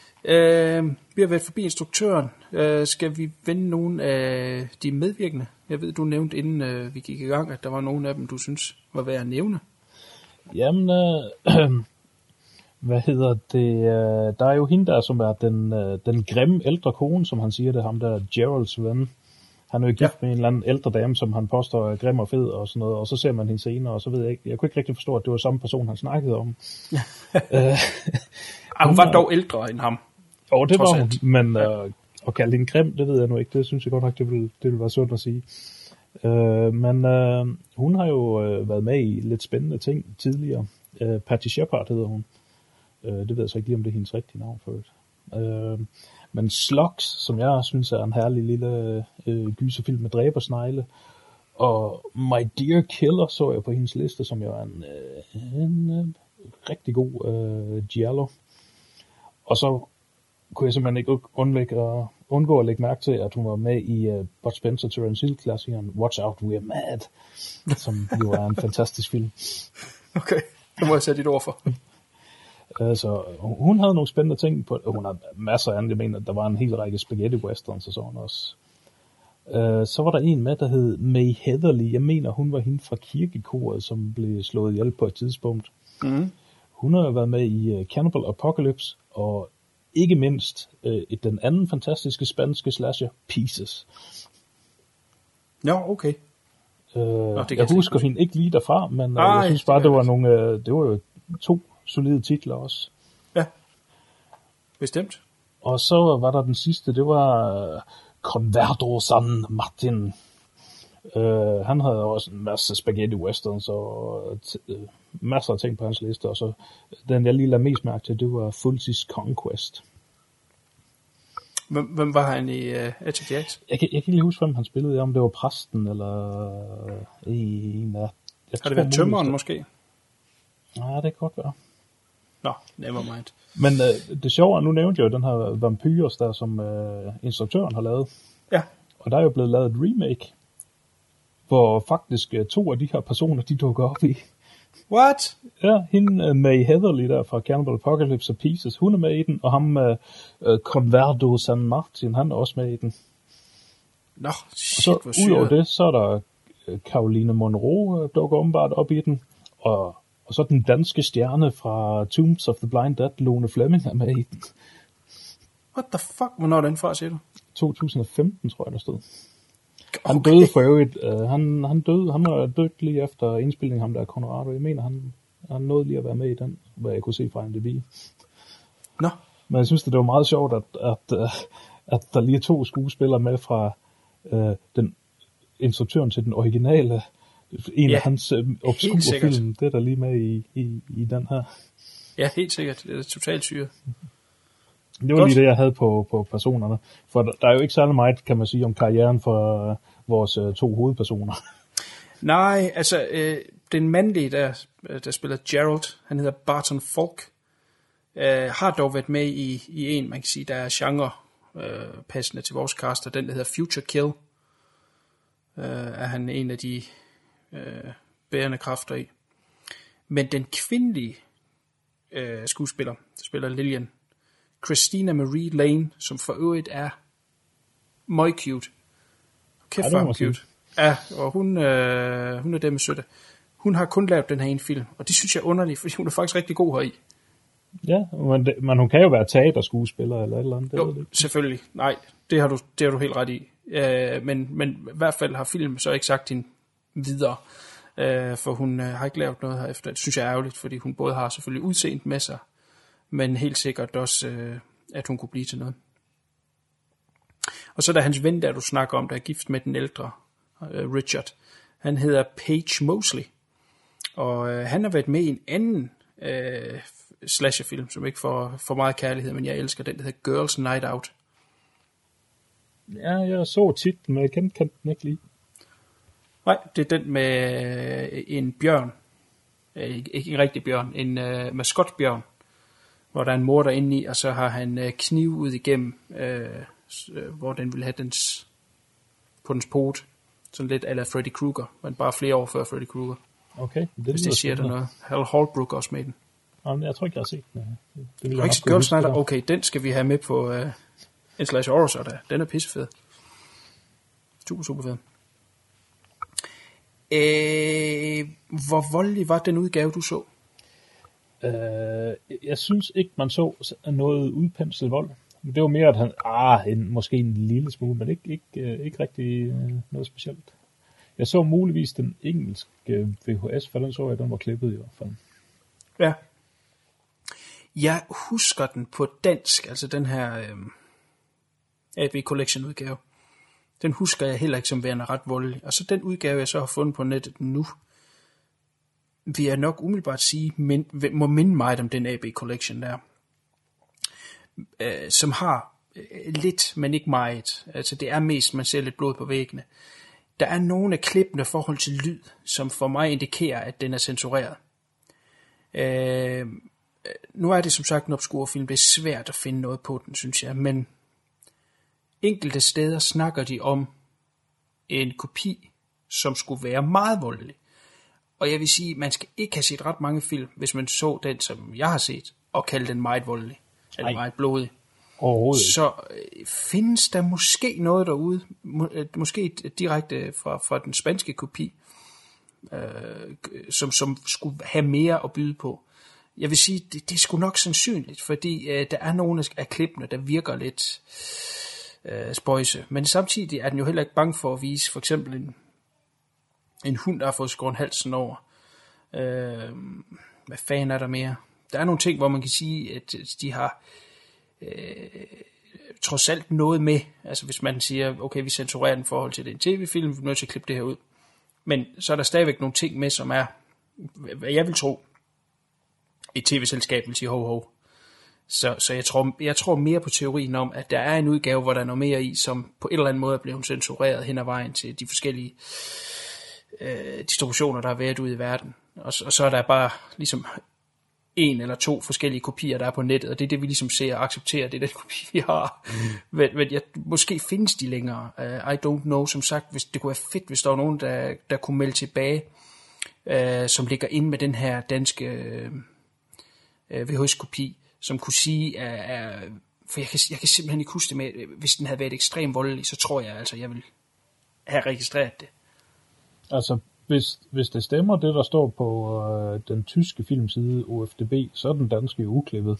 Uh, vi har været forbi instruktøren. Uh, skal vi vende nogle af de medvirkende? Jeg ved, du nævnte inden uh, vi gik i gang, at der var nogle af dem, du synes var værd at nævne. Jamen, øh, hvad hedder det? Øh, der er jo hende der, som er den, øh, den grimme ældre kone, som han siger det, ham der Geralds ven. Han er jo gift ja. med en eller anden ældre dame, som han påstår er grim og fed og sådan noget, og så ser man hende senere, og så ved jeg ikke, jeg kunne ikke rigtig forstå, at det var samme person, han snakkede om. øh, hun, hun var dog ældre end ham. Jo, oh, det var hun, men øh, at kalde hende grim, det ved jeg nu ikke, det synes jeg godt nok, det ville, det ville være sundt at sige. Øh, men øh, hun har jo øh, været med i lidt spændende ting tidligere. Øh, Patty Shepard hedder hun. Øh, det ved jeg så ikke lige, om det er hendes rigtige navn for det. Øh, men Slugs, som jeg synes er en herlig lille øh, gyserfilm med dræbersnegle, og My Dear Killer så jeg på hendes liste, som jo er en, øh, en øh, rigtig god øh, giallo. Og så kunne jeg simpelthen ikke undlægge at, undgå at lægge mærke til, at hun var med i uh, Bud Spencer Terence Hill-klassikeren Watch Out, We're Mad, som jo er en fantastisk film. Okay, det må jeg sætte dit ord for. Altså, hun havde nogle spændende ting på, hun har masser af andet. Jeg mener, der var en hel række spaghetti westerns og sådan også. Uh, så var der en med, der hed May Heatherly. Jeg mener, hun var hende fra kirkekoret, som blev slået ihjel på et tidspunkt. Mm. Hun har været med i uh, Cannibal Apocalypse, og ikke mindst uh, den anden fantastiske spanske slasher, Pieces. Ja, okay. Uh, Nå, jeg husker hende ikke lige derfra, men uh, Ej, jeg synes bare, det, det var nogle, uh, det var jo to solide titler også. Ja, bestemt. Og så var der den sidste, det var uh, Converdo San Martin. Uh, han havde også en masse spaghetti westerns og t- uh, masser af ting på hans liste, og så den jeg lige lader mest mærke til, det var Fulcis Conquest. Hvem, hvem var han i uh, Edge of the Axe? Jeg kan, jeg kan ikke lige huske, hvem han spillede, om det var præsten, eller en af... Har det været tømmeren måske? Nej, det kan godt være. Nå, never mind. Men uh, det sjove er, nu nævnte jeg jo den her Vampyrs der, som uh, instruktøren har lavet. Ja. Og der er jo blevet lavet et remake, hvor faktisk uh, to af de her personer, de dukker op i. What? Ja, hende uh, May Heatherly der fra Cannibal Apocalypse og Pieces, hun er med i den, og ham uh, uh, Converdo San Martin, han er også med i den. Nå, shit, så, hvor syret. Udover det, så er der uh, Caroline Monroe, uh, dukker åbenbart op i den, og, og så den danske stjerne fra Tombs of the Blind Dead, Lone Fleming, er med i den. What the fuck? Hvornår er den fra, siger du? to tusind og femten, tror jeg, der stod. Han okay. døde for øvrigt. Uh, han, han døde, han var død lige efter indspilningen ham der af Conrado. Jeg mener, han, han nåede lige at være med i den, hvad jeg kunne se fra M D B. Nå. Men jeg synes, det var meget sjovt, at, at, uh, at der lige er to skuespillere med fra uh, den instruktøren til den originale. En ja, af hans uh, obskure film, det er der lige med i, i, i den her. Ja, helt sikkert. Det er totalt syret. Det var Godt. Lige det, jeg havde på, på personerne. For der er jo ikke særlig meget, kan man sige, om karrieren for uh, vores uh, to hovedpersoner. Nej, altså, øh, den mandlige, der, der spiller Gerald, han hedder Barton Falk, øh, har dog været med i, i en, man kan sige, der er genre øh, passende til vores caster, den der hedder Future Kill. Øh, er han en af de øh, bærende kræfter i. Men den kvindelige øh, skuespiller, der spiller Lillian, Christina Marie Lane, som for øvrigt er meget cute. Kæft for cute. Ja, og hun, øh, hun er det med søtte. Hun har kun lavet den her ene film, og det synes jeg er underligt, fordi hun er faktisk rigtig god heri. Ja, men, det, men hun kan jo være teaterskuespiller eller et eller andet. Jo, det. Selvfølgelig. Nej, det har, du, det har du helt ret i. Øh, men, men i hvert fald har filmen så ikke sagt hende videre, øh, for hun øh, har ikke lavet noget her efter. Det synes jeg er ærgerligt, fordi hun både har selvfølgelig udseende med sig, men helt sikkert også, øh, at hun kunne blive til noget. Og så er der hans ven, der du snakker om, der er gift med den ældre, øh, Richard. Han hedder Paige Mosley, Og øh, han har været med i en anden øh, slasherfilm, som ikke får for meget kærlighed, men jeg elsker den, der hedder Girls Night Out. Ja, jeg så tit, men jeg kendte, kendte den ikke lige. Nej, det er den med en bjørn. Ikke en rigtig bjørn, en uh, maskotbjørn, hvor der er en morder inde i, og så har han uh, kniv ud igennem, uh, hvor den vil have dens, på dens pote. Sådan lidt a la Freddy Krueger, men bare flere år før Freddy Krueger. Okay. Det hvis det siger der noget. Hal Holbrook også med den. Jamen, jeg tror ikke, jeg har set den. Det, det vil jeg ikke Girls Night Out. Okay, den skal vi have med på uh, en slash horror, så der. Den er pissefed. Super, super fed. Øh, hvor voldelig var den udgave, du så? Øh, jeg synes ikke, man så noget udpenslet vold. Det var mere, at han, ah, en, måske en lille smule, men ikke, ikke, ikke rigtig noget specielt. Jeg så muligvis den engelske V H S, for den så jeg, den var klippet i hvert fald. Ja. Jeg husker den på dansk, altså den her øh, A B Collection udgave. Den husker jeg heller ikke som værende ret voldelig. Og så den udgave, jeg så har fundet på nettet nu, vil jeg nok umiddelbart sige, men, må minde mig om den A B Collection der. Øh, som har øh, lidt, men ikke meget. Altså det er mest, man ser lidt blod på væggene. Der er nogle af klippene i forhold til lyd, som for mig indikerer, at den er censureret. Øh, nu er det som sagt en obskur film. Det er svært at finde noget på den, synes jeg. Men enkelte steder snakker de om en kopi, som skulle være meget voldelig. Og jeg vil sige, man skal ikke have set ret mange film, hvis man så den, som jeg har set, og kalde den meget voldelig. Eller meget blodig. Så øh, findes der måske noget derude, må, øh, måske direkte fra, fra den spanske kopi, øh, som, som skulle have mere at byde på. Jeg vil sige, det, det er sgu nok sandsynligt, fordi øh, der er nogle af klippene, der virker lidt øh, spøjse. Men samtidig er den jo heller ikke bange for at vise for eksempel en, en hund, der har fået skåret halsen over. Øh, hvad fanden er der mere? Der er nogle ting, hvor man kan sige, at de har øh, trods alt noget med. Altså hvis man siger, okay, vi censurerer den i forhold til det en tv-film, vi er nødt til at klippe det her ud. Men så er der stadigvæk nogle ting med, som er, hvad jeg vil tro, et tv-selskab vil sige hov hov. Så, så jeg, tror, jeg tror mere på teorien om, at der er en udgave, hvor der er noget mere i, som på en eller anden måde er blevet censureret hen ad vejen til de forskellige øh, distributioner, der har været ude i verden. Og, og så er der bare ligesom en eller to forskellige kopier, der er på nettet, og det er det, vi ligesom ser og accepterer, det er den kopi, vi har. Mm. Men, men jeg, måske findes de længere. Uh, I don't know. Som sagt, hvis, det kunne være fedt, hvis der var nogen, der, der kunne melde tilbage, uh, som ligger inde med den her danske uh, V H S-kopi, som kunne sige, uh, uh, for jeg kan, jeg kan simpelthen ikke huske det med, hvis den havde været ekstremt voldelig, så tror jeg altså, jeg vil have registreret det. Altså, Hvis, hvis det stemmer, det der står på øh, den tyske filmside O F D B, så er den danske jo uklippet.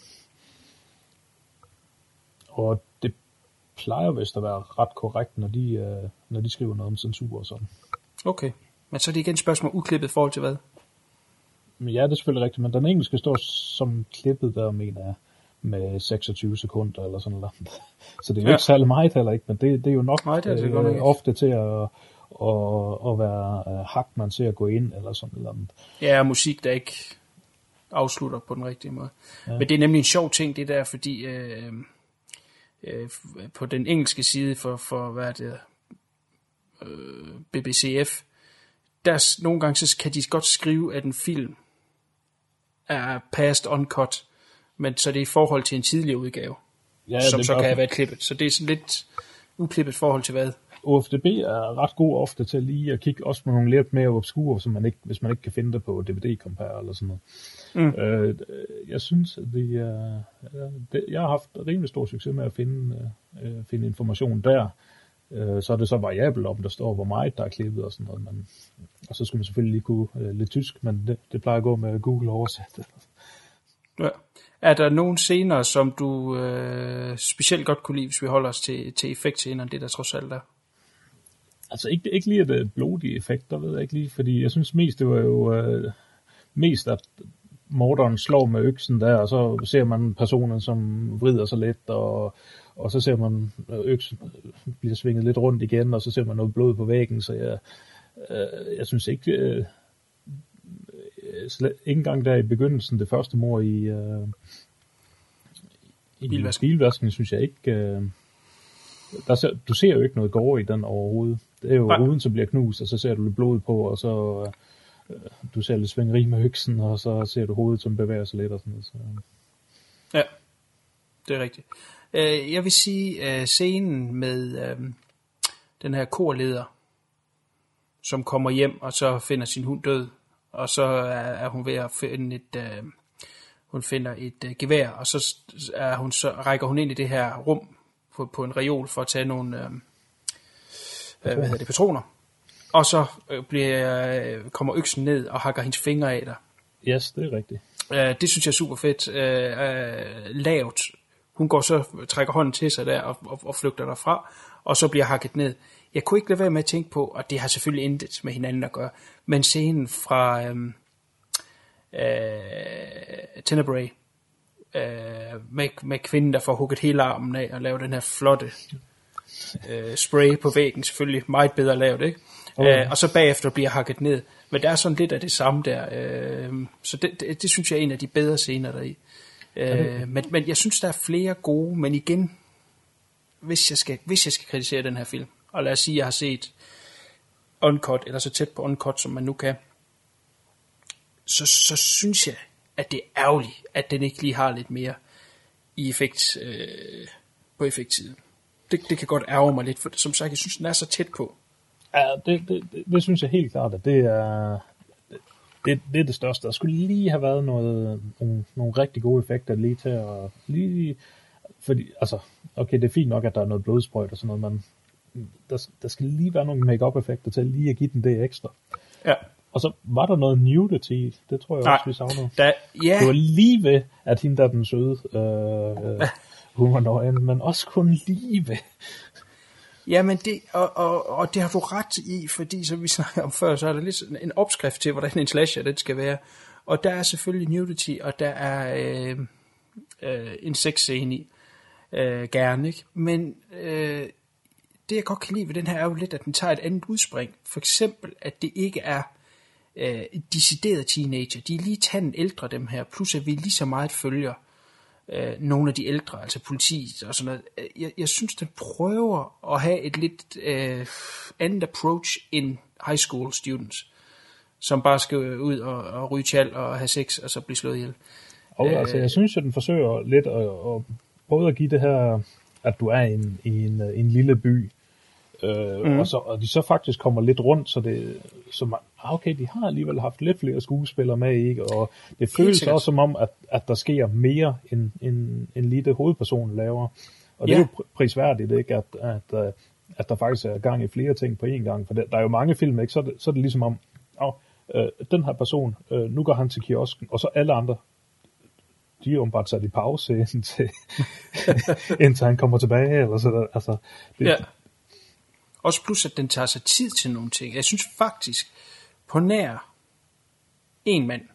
Og det plejer vist at være ret korrekt, når de, øh, når de skriver noget om censur og sådan. Okay, men så er det igen et spørgsmål uklippet i forhold til hvad? Men ja, det er selvfølgelig rigtigt, men den engelske står som klippet der, mener jeg, med seksogtyve sekunder eller sådan noget. Så det er jo ja. ikke særlig meget heller ikke, men det, det er jo nok Nej, det er det øh, ofte til at... og, og være uh, hak, man ser at gå ind, eller sådan noget. Ja, musik, der ikke afslutter på den rigtige måde. Ja. Men det er nemlig en sjov ting, det der, fordi øh, øh, på den engelske side for, for hvad er det, øh, B B C F, der nogle gange så kan de godt skrive, at en film er past uncut, men så det er i forhold til en tidligere udgave, ja, som så kan have været klippet. Så det er sådan lidt uklippet forhold til hvad? O F D B er ret god ofte til lige at kigge også med nogle lidt mere obskure, som man ikke, hvis man ikke kan finde det på D V D-compare eller sådan noget. Mm. Øh, jeg synes, at det er, det, jeg har haft rimelig stor succes med at finde, øh, finde information der. Øh, så er det så variabelt, om der står, hvor meget der er klippet og sådan noget. Men, og så skal man selvfølgelig lige kunne øh, lidt tysk, men det, det plejer at gå med Google oversætte. Ja. Er der nogle scener, som du øh, specielt godt kunne lide, hvis vi holder os til, til effektscenerne, det der trods alt er? Altså ikke, ikke lige det blodige effekt, der ved jeg ikke lige, fordi jeg synes mest, det var jo øh, mest, at morderen slår med øksen der, og så ser man personen, som vrider sig lidt, og, og så ser man øksen bliver svinget lidt rundt igen, og så ser man noget blod på væggen, så jeg, øh, jeg synes ikke, øh, slet, ikke engang der i begyndelsen, det første mord i, øh, i bilvasken. bilvasken, synes jeg ikke... Øh, der ser, du ser jo ikke noget gore i den overhovedet. Det er jo Nej. ruden, som bliver knust, og så ser du lidt blod på, og så øh, du ser lidt svingeri med øksen, og så ser du hovedet, som bevæger sig lidt og sådan noget. Så. Ja, det er rigtigt. Øh, jeg vil sige, øh, scenen med øh, den her korleder, som kommer hjem, og så finder sin hund død, og så er, er hun ved at finde et... Øh, hun finder et øh, gevær, og så, er hun, så rækker hun ind i det her rum, På, på en reol for at tage nogle øh, hvad hedder det, patroner. Og så øh, bliver, øh, kommer øksen ned og hakker hendes fingre af der. Yes, det er rigtigt. Øh, det synes jeg er super fedt. Øh, øh, lavt. Hun går så, trækker hånden til sig der og, og, og flygter derfra, og så bliver hakket ned. Jeg kunne ikke lade være med at tænke på, og det har selvfølgelig intet med hinanden at gøre, men scenen fra øh, øh, Tenebrae, Øh, med, med kvinden, der får hugget hele armen af og laver den her flotte øh, spray på væggen, selvfølgelig meget bedre lavet, ikke? Okay. Øh, og så bagefter bliver hakket ned. Men der er sådan lidt af det samme der. Øh, så det, det, det synes jeg er en af de bedre scener deri. Øh, okay. men, men jeg synes, der er flere gode, men igen, hvis jeg skal, hvis jeg skal kritisere den her film, og lad os sige, at jeg har set uncut, eller så tæt på uncut, som man nu kan, så, så synes jeg, at det er ærgerligt, at den ikke lige har lidt mere i effekt, øh, på effektsiden. Det, det kan godt ærge mig lidt, for som sagt, jeg synes, den er så tæt på. Ja, det, det, det, det synes jeg helt klart, at det er det, det er det største. Der skulle lige have været noget, nogle, nogle rigtig gode effekter lige til at lige, fordi, altså, okay, det er fint nok, at der er noget blodsprøjt og sådan noget, men der, der skal lige være nogle make-up effekter til lige at give den det ekstra. Ja. Og så var der noget nudity, det tror jeg Nej, også, vi savnede. Da, ja. Det var lige ved, at hende der den søde, øh, øh, hun var nøgen, men også kun lige ved. Jamen det, og, og, og det har du ret i, fordi som vi snakkede om før, så er der lidt en opskrift til, hvordan en slasher den skal være. Og der er selvfølgelig nudity, og der er øh, øh, en sexscene i, øh, gerne, ikke? Men øh, det jeg godt kan lide ved den her, er jo lidt, at den tager et andet udspring. For eksempel, at det ikke er øh, deciderede teenager. De er lige tanden ældre, dem her, plus at vi lige så meget følger øh, nogle af de ældre, altså politiet og sådan noget. Jeg, jeg synes, den prøver at have et lidt øh, andet approach end high school students, som bare skal ud og, og ryge tjal og have sex, og så blive slået ihjel. Og øh, altså, jeg synes, at den forsøger lidt at, at prøve at give det her, at du er i en, i en, en lille by, øh, mm. og, så, og de så faktisk kommer lidt rundt, så det, så man, okay, de har alligevel haft lidt flere skuespillere med, ikke? Og det føles også som om, at, at der sker mere, end, end, end lige det hovedpersonen laver. Og det ja. er jo prisværdigt, ikke? At, at, at der faktisk er gang i flere ting på én gang, for der, der er jo mange film, ikke? Så er det, så er det ligesom om, oh, øh, den her person, øh, nu går han til kiosken, og så alle andre, de er jo bare sat i pause, indtil, indtil han kommer tilbage, eller så. Altså, det, ja. Også plus, at den tager sig tid til nogle ting. Jeg synes faktisk, på nær en mand,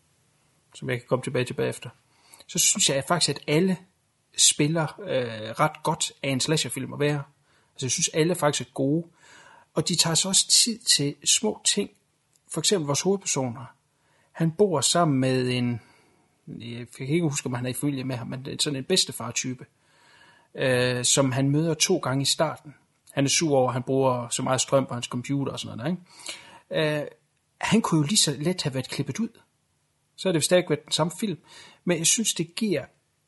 som jeg kan komme tilbage til bagefter, så synes jeg faktisk, at alle spiller øh, ret godt af en slasherfilm at være. Altså jeg synes, alle faktisk er gode. Og de tager sig også tid til små ting. For eksempel vores hovedpersoner. Han bor sammen med en, jeg kan ikke huske, om han er i følge med ham, men det er sådan en bedstefar-type, øh, som han møder to gange i starten. Han er sur over, at han bruger så meget strøm på hans computer og sådan noget. Ikke? Øh, han kunne jo lige så let have været klippet ud. Så er det vist ikke været den samme film. Men jeg synes, det giver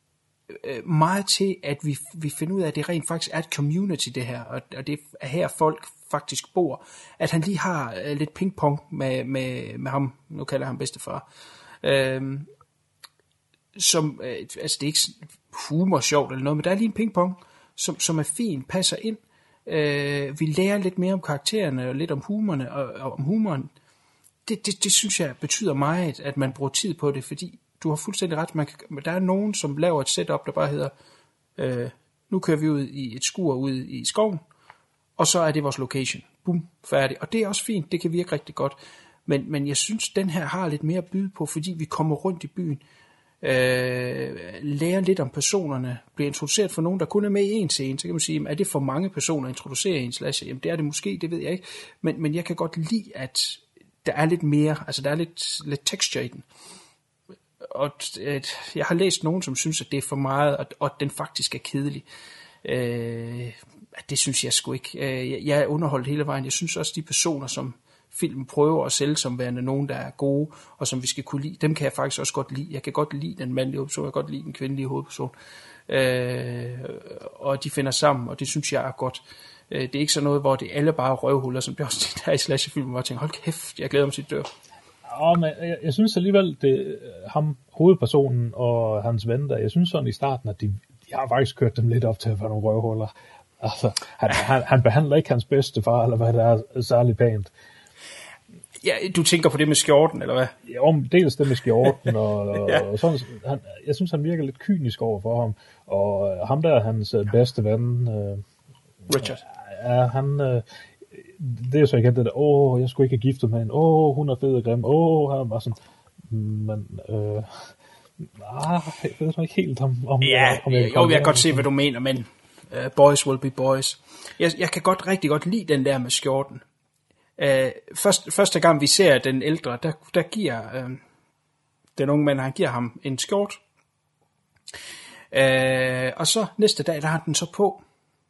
øh, meget til, at vi, vi finder ud af, at det rent faktisk er et community, det her. Og, og det er her, folk faktisk bor. At han lige har øh, lidt pingpong med, med, med ham. Nu kalder jeg ham bedstefar. Øh, som, øh, altså det er ikke humor sjovt eller noget, men der er lige en pingpong, som, som er fin, passer ind. Øh, vi lærer lidt mere om karaktererne og lidt om humorerne og, og om humoren. Det, det, det synes jeg betyder meget, at man bruger tid på det, fordi du har fuldstændig ret. Man kan, der er nogen, som laver et setup, der bare hedder, øh, nu kører vi ud i et skur ude i skoven, og så er det vores location. Bum, færdig. Og det er også fint, det kan virke rigtig godt. Men, men jeg synes, den her har lidt mere at byde på, fordi vi kommer rundt i byen, Øh, lære lidt om personerne, bliver introduceret for nogen, der kun er med i en scene, så kan man sige, er det for mange personer at introducere i en slasher? Jamen det er det måske, det ved jeg ikke, men, men jeg kan godt lide, at der er lidt mere, altså der er lidt, lidt texture i den. Og øh, jeg har læst nogen, som synes, at det er for meget, og, og at den faktisk er kedelig. Øh, det synes jeg sgu ikke. Øh, jeg er underholdt hele vejen. Jeg synes også, de personer, som filmen prøver at sælge som værende nogen, der er gode, og som vi skal kunne lide, dem kan jeg faktisk også godt lide. Jeg kan godt lide den mandlige hovedperson, jeg kan godt lide den kvindelige hovedperson. Øh, og de finder sammen, og det synes jeg er godt. Øh, det er ikke sådan noget, hvor det er alle bare røvhuller, som det også det der i slasherfilmen, hvor jeg tænker, hold kæft, jeg glæder mig til at dør. Ja, men jeg, jeg synes alligevel, det ham, hovedpersonen og hans ven der, jeg synes sådan i starten, at de, de har faktisk kørt dem lidt op til at være nogle røvhuller. Altså, han, han, han behandler ikke hans bedste far, eller hvad det er, særlig pænt. Ja, du tænker på det med skjorten, eller hvad? Jo, dels det med skjorten, og, og, ja. og sådan, han, jeg synes, han virker lidt kynisk over for ham. Og ham der, hans bedste ven, øh, Richard. Ja, han, øh, det er så igen det der, åh, jeg skulle ikke have giftet med hende, åh, hun er fed og grim, åh, han var sådan, men, øh, ah, jeg ved ikke helt om, om, ja, om jeg, jo, jeg kan godt se, hvad du mener, men uh, boys will be boys. Jeg, jeg kan godt rigtig godt lide den der med skjorten. Uh, først, første gang vi ser den ældre, der, der giver uh, den unge mand, han giver ham en skjort. Uh, og så næste dag, der har han den så på.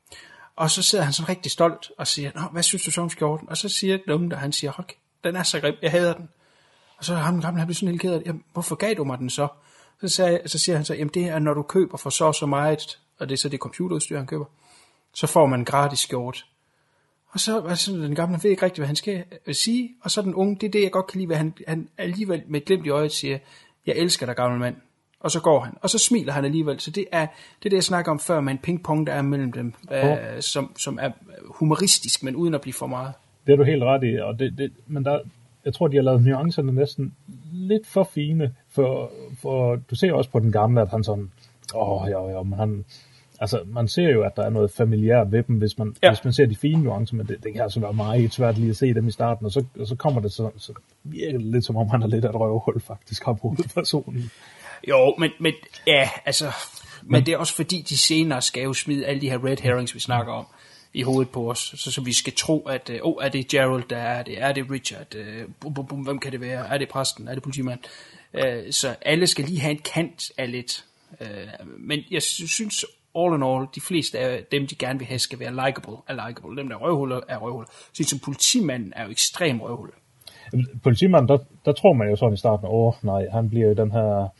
Og så sidder han sådan rigtig stolt og siger, nå, hvad synes du så om skjorten? Og så siger den unge, der han siger, hold, den er så grim, jeg hader den. Og så er ham gamle, han bliver sådan helt ked af det. Jamen, hvorfor gav du mig den så? Så, sagde, så siger han så, jamen det er, når du køber for så så meget, og det er så det computerudstyr, han køber, så får man en gratis skjort. Og så er sådan, den gamle, han ved ikke rigtigt, hvad han skal sige, og så den unge, det er det, jeg godt kan lide, hvad han, han alligevel med et glimt i øjet siger, jeg elsker dig, gamle mand. Og så går han, og så smiler han alligevel. Så det er det, er det jeg snakker om før, med en pingpong, der er mellem dem, oh. øh, som, som er humoristisk, men uden at blive for meget. Det er du helt ret i, og det, det, men der, jeg tror, de har lavet nuancerne næsten lidt for fine, for, for du ser også på den gamle, at han sådan, åh, oh, ja, ja, men han, altså, man ser jo, at der er noget familiært ved dem, hvis man, ja. hvis man ser de fine nuancer, men det, det kan altså være meget svært lige at se dem i starten, og så, og så kommer det så, så virker det lidt, som om han er lidt af et røvhul, faktisk, har hovedpersonen. Jo, men, men ja, altså, men, men det er også fordi, de senere skal jo smide alle de her red herrings, vi snakker om, i hovedet på os, så, så vi skal tro, at, åh, oh, er det Gerald, der er det, er det Richard, uh, bum, bum, bum, hvem kan det være, er det præsten, er det politimanden, uh, så alle skal lige have en kant af lidt, uh, men jeg synes, all in all, de fleste af dem, de gerne vil have, skal være likable, er likable, dem der er røvhuller, er røvhuller, så som politimanden er jo ekstrem røvhuller. Politimanden, der, der tror man jo sådan i starten, åh, oh, nej, han bliver jo den her,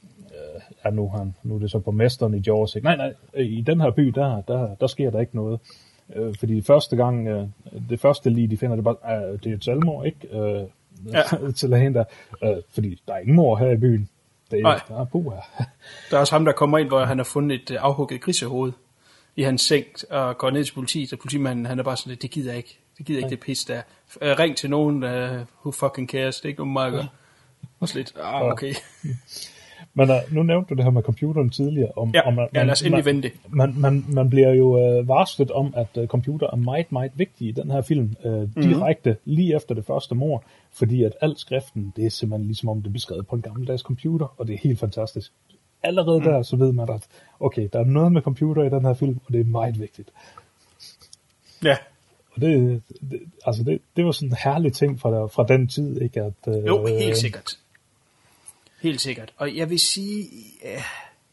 ja, nu, han, nu er det så borgmesteren i Jaws, ikke? Nej, nej, i den her by, der, der, der sker der ikke noget. Øh, fordi første gang, øh, det første lige, de finder, det, bare, øh, det er et selvmord, ikke? Øh, ja. Til hende der, øh, fordi der er ingen mor her i byen. Det er, nej. Der er bo her. Der er også ham, der kommer ind, hvor han har fundet et afhugget grisehoved i hans seng, og går ned til politiet, og politimanden, han er bare sådan, det gider ikke, det gider ikke det pis der. Øh, ring til nogen, uh, who fucking cares, det er ikke nogen meget godt. Og så lidt, ah, okay. Men uh, nu nævnte du det her med computeren tidligere. Om, ja, om, man, ja, lad os endelig vende det. Man, man, man bliver jo uh, varslet om, at uh, computer er meget, meget vigtig i den her film. Uh, direkte mm-hmm. lige efter det første mord. Fordi at al skriften, det er simpelthen ligesom om det er beskrevet på en gammeldags computer. Og det er helt fantastisk. Allerede mm. der, så ved man, at okay, der er noget med computer i den her film, og det er meget vigtigt. Ja. Og det, det, altså det, det var sådan en herlig ting fra, der, fra den tid, ikke? At, uh, jo, helt sikkert. Helt sikkert. Og jeg vil sige, øh,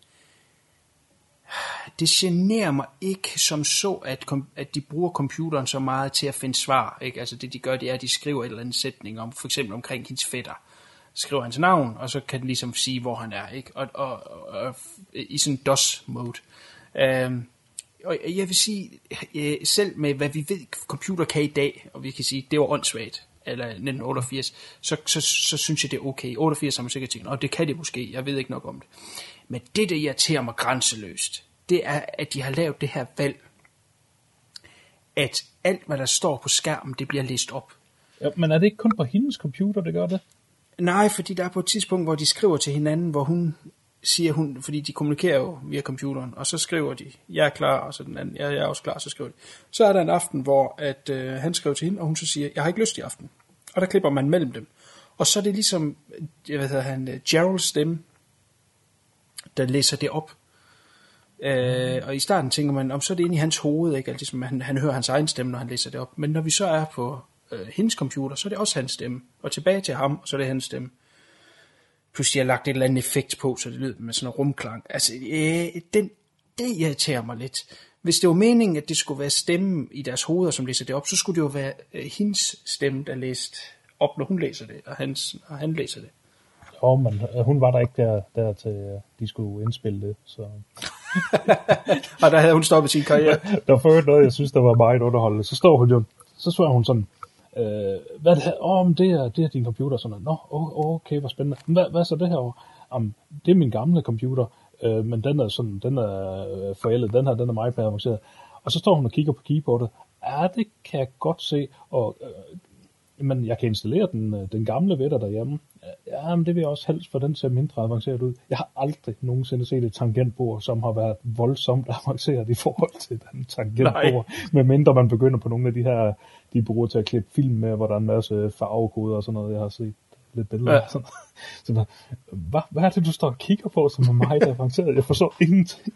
det generer mig ikke som så, at, kom, at de bruger computeren så meget til at finde svar. Ikke? Altså det de gør, det er, at de skriver et eller andet sætning om, for eksempel omkring hendes fætter. Skriver hans navn, og så kan den ligesom sige, hvor han er. Ikke? Og, og, og, og i sådan DOS-mode. Øhm, og jeg vil sige, øh, selv med hvad vi ved, computer kan i dag, og vi kan sige, det var åndssvagt, eller nitten otteogfirs, så, så, så synes jeg, det er okay. otteogfirs har man sikkert tænkt, og det kan det måske, jeg ved ikke nok om det. Men det, der irriterer mig grænseløst, det er, at de har lavet det her valg, at alt, hvad der står på skærmen, det bliver læst op. Ja, men er det ikke kun på hendes computer, det gør det? Nej, fordi der er på et tidspunkt, hvor de skriver til hinanden, hvor hun siger, hun, fordi de kommunikerer jo via computeren, og så skriver de, jeg er klar, og så den anden, jeg er også klar, så skriver de. Så er der en aften, hvor at, øh, han skriver til hende, og hun så siger, jeg har ikke lyst i aften. Og der klipper man mellem dem. Og så er det ligesom, jeg ved han, Geralds stemme, der læser det op. Øh, og i starten tænker man, om så er det inde i hans hoved, ikke? Altså, han, han hører hans egen stemme, når han læser det op. Men når vi så er på øh, hendes computer, så er det også hans stemme. Og tilbage til ham, og så er det hans stemme. Pludselig har jeg lagt et eller andet effekt på, så det lyder med sådan en rumklang. Altså, øh, den, det irriterer mig lidt. Hvis det var meningen, at det skulle være stemmen i deres hoveder, som læser det op, så skulle det jo være øh, hendes stemme, der læste op, når hun læser det, og, hans, og han læser det. Jo, oh, men hun var der ikke der, der til, de skulle indspille det, så... Og der havde hun stoppet sin karriere. Der var for noget, jeg synes, der var meget underholdende. Så står hun jo, så svarer hun sådan, øh, hvad er det her? Åh, oh, det, er, det er din computer. Sådan, nå, oh, okay, hvor spændende. Hvad, hvad er så det her? Um, det er min gamle computer, øh, men den er sådan, den er forældet. Den her, den er meget mere avanceret. Og så står hun og kigger på keyboardet. Ja, det kan jeg godt se, og... Øh, men jeg kan installere den, den gamle ved dig derhjemme. Ja, men det vil jeg også helst, for den ser mindre avanceret ud. Jeg har aldrig nogensinde set et tangentbord, som har været voldsomt avanceret i forhold til den tangentbord. Medmindre man begynder på nogle af de her, de bruger til at klippe film med, hvor der er en masse farvekoder og sådan noget. Jeg har set lidt billeder. Ja. Sådan. Så, hvad, hvad er det, du står og kigger på, som er meget avanceret? Jeg forstår ingenting.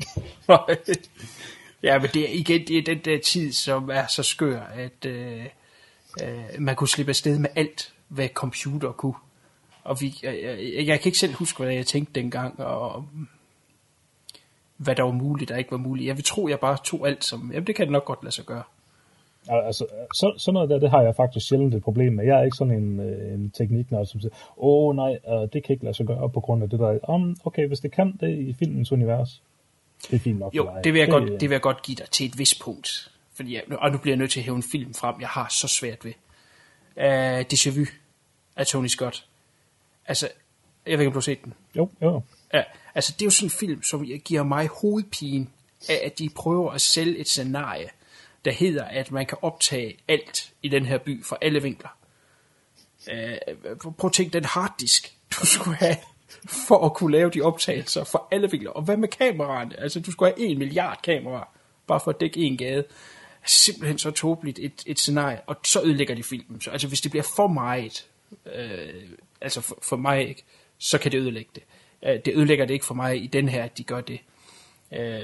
Ja, men det er igen det er den der tid, som er så skør, at... Øh Uh, man kunne slippe afsted med alt, hvad computer kunne. Og vi, jeg, jeg, jeg kan ikke selv huske, hvad jeg tænkte dengang, og hvad der var muligt, og ikke var muligt. Jeg vil tro, jeg bare tog alt som, jamen det kan det nok godt lade sig gøre. Altså, så, sådan noget der, det har jeg faktisk sjældent et problem med. Jeg er ikke sådan en, en tekniknørd, som siger, åh oh, nej, uh, det kan ikke lade sig gøre på grund af det der. Um, okay, hvis det kan det i filmens univers, det er fint nok. Jo, det vil, jeg det, godt, det vil jeg godt give dig til et vist punkt. Fordi jeg, og nu bliver jeg nødt til at hæve en film frem, jeg har så svært ved. Uh, Déjà Vu af Tony Scott. Altså, jeg ved ikke, om du har set den. Jo, jo. Ja, altså, det er jo sådan en film, som giver mig hovedpine af, at de prøver at sælge et scenarie, der hedder, at man kan optage alt i den her by fra alle vinkler. Uh, prøv at tænke den harddisk, du skulle have for at kunne lave de optagelser fra alle vinkler. Og hvad med kameraerne? Altså, du skulle have en milliard kameraer, bare for at dække en gade. Simpelthen så tåbeligt et, et scenarie, og så ødelægger de filmen. Så, altså hvis det bliver for meget, øh, altså for, for mig ikke, så kan det ødelægge det. Øh, det ødelægger det ikke for mig i den her, at de gør det. Øh,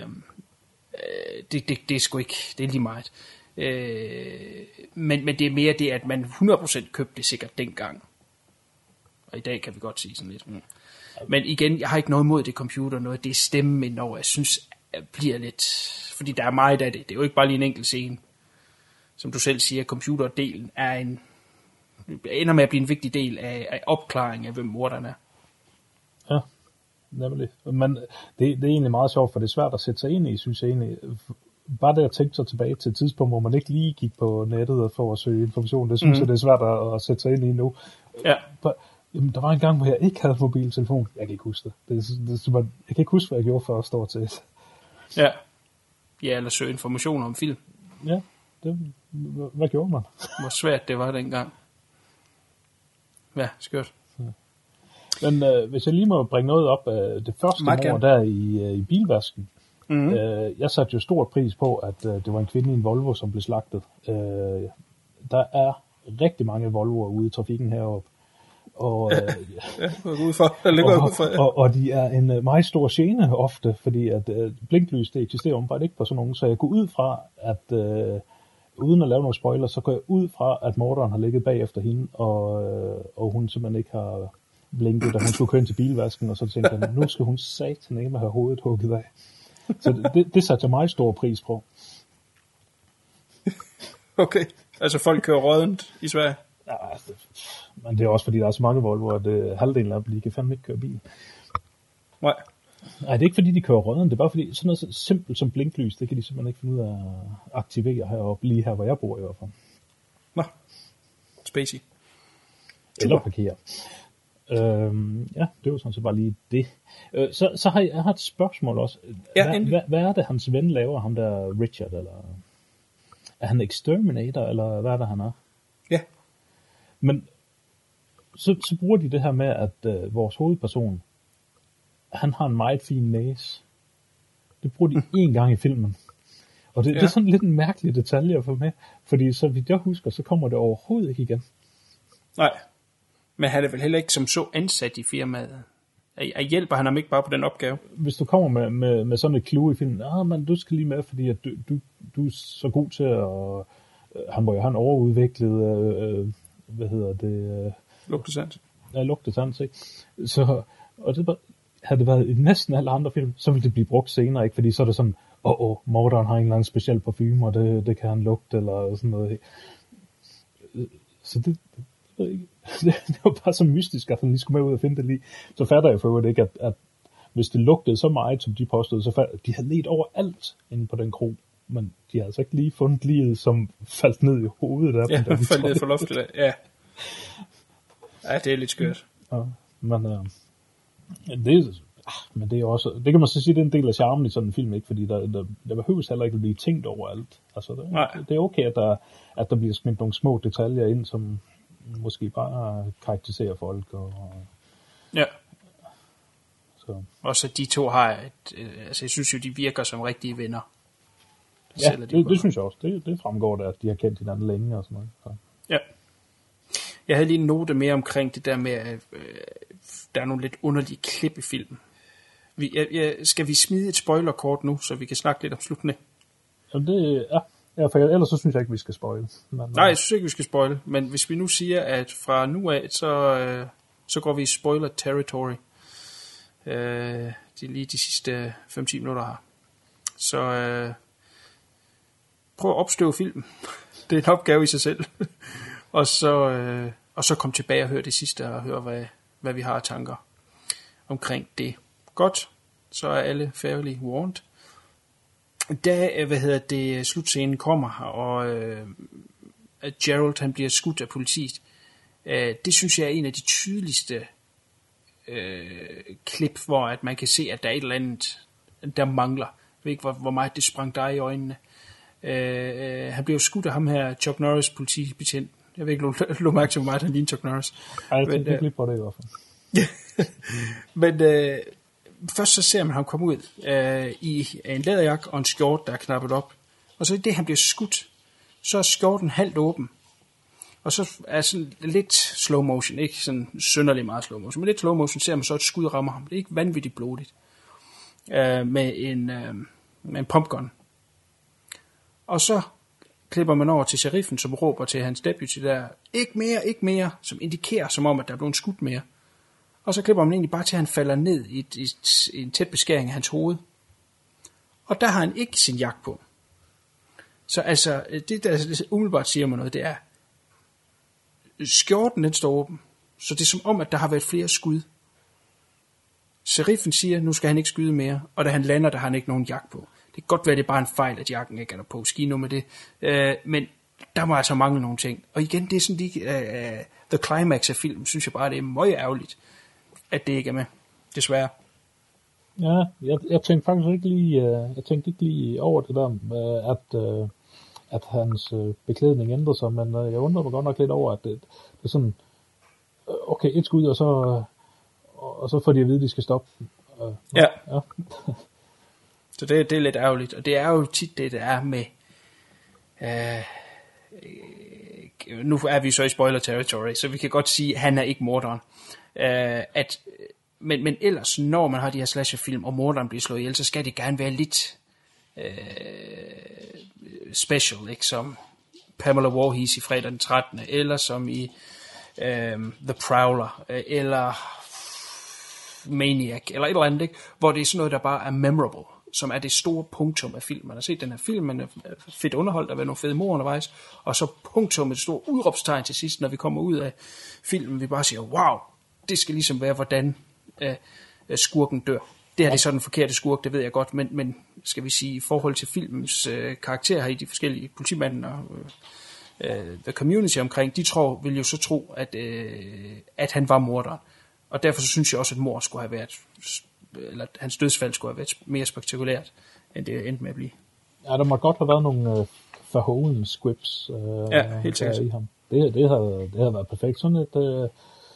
det, det, det er sgu ikke, det er lige meget. Øh, men, men det er mere det, at man hundrede procent købte det sikkert dengang. Og i dag kan vi godt sige sådan lidt. Mm. Men igen, jeg har ikke noget mod det computer, noget det er stemmen indover, jeg synes bliver lidt, fordi der er meget af det. Det er jo ikke bare lige en enkelt scene. Som du selv siger, computerdelen er en, ender med at blive en vigtig del af, af opklaringen af, hvem morderen er. Ja, nemlig. Men det, det er egentlig meget sjovt, for det er svært at sætte sig ind i, synes jeg egentlig. Bare det at tænke sig tilbage til et tidspunkt, hvor man ikke lige gik på nettet for at søge information, det synes mm. jeg, det er svært at, at sætte sig ind i nu. Ja. Jamen, der var en gang, hvor jeg ikke havde mobiltelefon. Jeg kan ikke huske det. det, det, det jeg kan ikke huske, hvad jeg gjorde for at stå til. Ja. Ja, eller søge information om film. Ja, det, hvad gjorde man? Hvor svært det var dengang. Ja, skørt. Ja. Men øh, hvis jeg lige må bringe noget op af det første mord der i, i bilvasken. Mm-hmm. Øh, jeg satte jo stort pris på, at øh, det var en kvinde i en Volvo, som blev slagtet. Øh, der er rigtig mange Volvoer ude i trafikken heroppe. Og, øh, ja, ud for. Og, ud for ja. og, og de er en meget stor gene ofte, fordi at øh, blinklys, det eksisterer umiddelbart ikke på sådan nogen, så jeg går ud fra, at øh, uden at lave nogle spoiler, så går jeg ud fra, at morderen har ligget bag efter hende, og, øh, og hun simpelthen ikke har blinket, da hun skulle køre ind til bilvasken, og så tænkte jeg, nu skal hun satan ikke have hovedet hugget af. Så det, det satte jeg meget stor pris på. Okay, altså folk kører rådent i Sverige? Ja, men det er også fordi, der er så mange Volvo, at det, halvdelen af dem, de kan fandme ikke køre bil. Nej. Nej, det er ikke fordi, de kører røden, det er bare fordi, sådan noget så simpelt som blinklys, det kan de simpelthen ikke finde ud af at aktivere heroppe, lige her, hvor jeg bor i hvert fald. Nå, spacey. Eller parkere. Øhm, ja, det var sådan så bare lige det. Øh, så, så har jeg, jeg har et spørgsmål også. Ja, hvad, hvad, hvad er det, hans ven laver, ham der Richard, eller er han exterminator, eller hvad er det, han er? Ja. Men så, så bruger de det her med, at øh, vores hovedperson, han har en meget fin næse. Det bruger de én gang i filmen. Og det, ja. det er sådan lidt en mærkelig detalje at få med, fordi så vidt jeg husker, så kommer det overhovedet ikke igen. Nej, men han er vel heller ikke som så ansat i firmaet. Jeg hjælper han ham ikke bare på den opgave? Hvis du kommer med, med, med sådan et clue i filmen, ah, men du skal lige med, fordi at du, du, du er så god til at han må jo have en overudviklet, øh, hvad hedder det? Øh, lugtesans. Ja, lugtesans, ikke? Så, og det var, havde det været i næsten alle andre film, så ville det blive brugt senere, ikke? Fordi så er det sådan, åh, oh, oh, morderen har en eller anden speciel parfume, og det, det kan han lugte, eller sådan noget. Så det, det, det var bare så mystisk, at han lige skulle med ud og finde det lige. Så fatter jeg for øvrigt ikke, at, at hvis det lugtede så meget, som de påstod, så fatter, de havde let over alt inde på den kro, men de havde altså ikke lige fundet liget, som faldt ned i hovedet af dem. Ja, de faldt ned for loftet, ja. Ja, det er lidt skørt. Ja, men, øh, det, men det er også, det kan man så sige, det er en del af charmen i sådan en film, ikke? Fordi der, der, der behøves heller ikke at blive tænkt over alt. Altså, det, det er okay, at der, at der bliver smidt nogle små detaljer ind, som måske bare karakteriserer folk. Og, ja. Så. Også de to har et, øh, altså jeg synes jo, de virker som rigtige venner. Ja, det, det, det synes jeg også. Det, det fremgår der, at de har kendt hinanden længe og sådan noget. Så. Ja. Jeg havde lige en note mere omkring det der med, at øh, der er nogle lidt underlige klip i filmen. Vi, jeg, jeg, skal vi smide et spoilerkort nu, så vi kan snakke lidt om slutningen? Jamen det, ja. Ja, for jeg, ellers så synes jeg ikke, vi skal spoile. Men, Nej, jeg synes ikke, vi skal spoile. Men hvis vi nu siger, at fra nu af, så, øh, så går vi i spoiler territory. Øh, det er lige de sidste fem til ti minutter her. Så øh, prøv at opstøve filmen. Det er en opgave i sig selv. og, så, øh, og så kom tilbage og høre det sidste, og høre, hvad, hvad vi har af tanker omkring det. Godt, så er alle fairly warned. Da, hvad hedder det, slutscenen kommer, og øh, at Gerald han bliver skudt af politiet, øh, det synes jeg er en af de tydeligste øh, klip, hvor at man kan se, at der er et eller andet, der mangler. Jeg ved ikke, hvor, hvor meget det sprang dig i øjnene. Øh, han bliver skudt af ham her, Chuck Norris, politibetjent. Jeg ved ikke, lå mærke til, hvor meget han ligner Chuck Norris. Ej, jeg tænkte ikke lige på det i hvert fald. Men øh, først så ser man ham komme ud øh, i en læderjakke og en skjort, der er knappet op. Og så i det, han bliver skudt, så er skjorten halvt åben. Og så er sådan lidt slow motion, ikke sådan synderligt meget slow motion, men lidt slow motion ser man så et skud rammer ham. Det er ikke vanvittigt blodigt. Øh, med en, øh, med en pumpgun. Og så klipper man over til sheriffen, som råber til hans deputy der, ikke mere, ikke mere, som indikerer som om, at der er blevet skudt mere. Og så klipper man egentlig bare til, at han falder ned i, et, i, et, i en tæt beskæring af hans hoved. Og der har han ikke sin jakke på. Så altså, det der umiddelbart siger mig noget, det er, skjorten den står åben, så det er som om, at der har været flere skud. Sheriffen siger, nu skal han ikke skyde mere, og da han lander, der har han ikke nogen jakke på. Det kan godt være, det er bare en fejl, at jakken ikke er der på. Ski nu med det. Øh, men der må altså mangle nogle ting. Og igen, det er sådan lige, uh, the climax af filmen, synes jeg bare, det er meget ærgerligt, at det ikke er med. Desværre. Ja, jeg, jeg tænkte faktisk ikke lige, uh, jeg tænkte ikke lige over det der, uh, at, uh, at hans uh, beklædning ændrede sig, men uh, jeg undrer mig godt nok lidt over, at det, det er sådan, uh, okay, et skud, og så, uh, og så får de at vide, at de skal stoppe. Uh, ja. ja. Så det, det er lidt ærgerligt, og det er jo tit det, der er med, øh, øh, nu er vi så i spoiler territory, så vi kan godt sige, at han er ikke morderen. Øh, at, men, men ellers, når man har de her slasherfilm, og morderen bliver slået ihjel, så skal det gerne være lidt øh, special, ikke? Som Pamela Voorhees i fredag den trettende, eller som i øh, The Prowler, eller Maniac, eller et eller andet, ikke? Hvor det er sådan noget, der bare er memorable, som er det store punktum af filmen. Man har set den her film, man er fedt underholdt, der har været nogle fede mor undervejs, og så punktum, et stort udråbstegn til sidst, når vi kommer ud af filmen, vi bare siger, wow, det skal ligesom være, hvordan øh, skurken dør. Det her det er så den forkerte skurk, det ved jeg godt, men, men skal vi sige, i forhold til filmens øh, karakterer her i de forskellige politimanden og øh, the community omkring, de tror, vil jo så tro, at, øh, at han var morderen. Og derfor så synes jeg også, at mor skulle have været, eller hans dødsfald skulle have været mere spektakulært, end det endte med at blive. Ja, der må godt have været nogle øh, Verhoeven scripts øh, ja, helt sikkert. i ham. Det, det, havde, det havde været perfekt. Sådan et øh,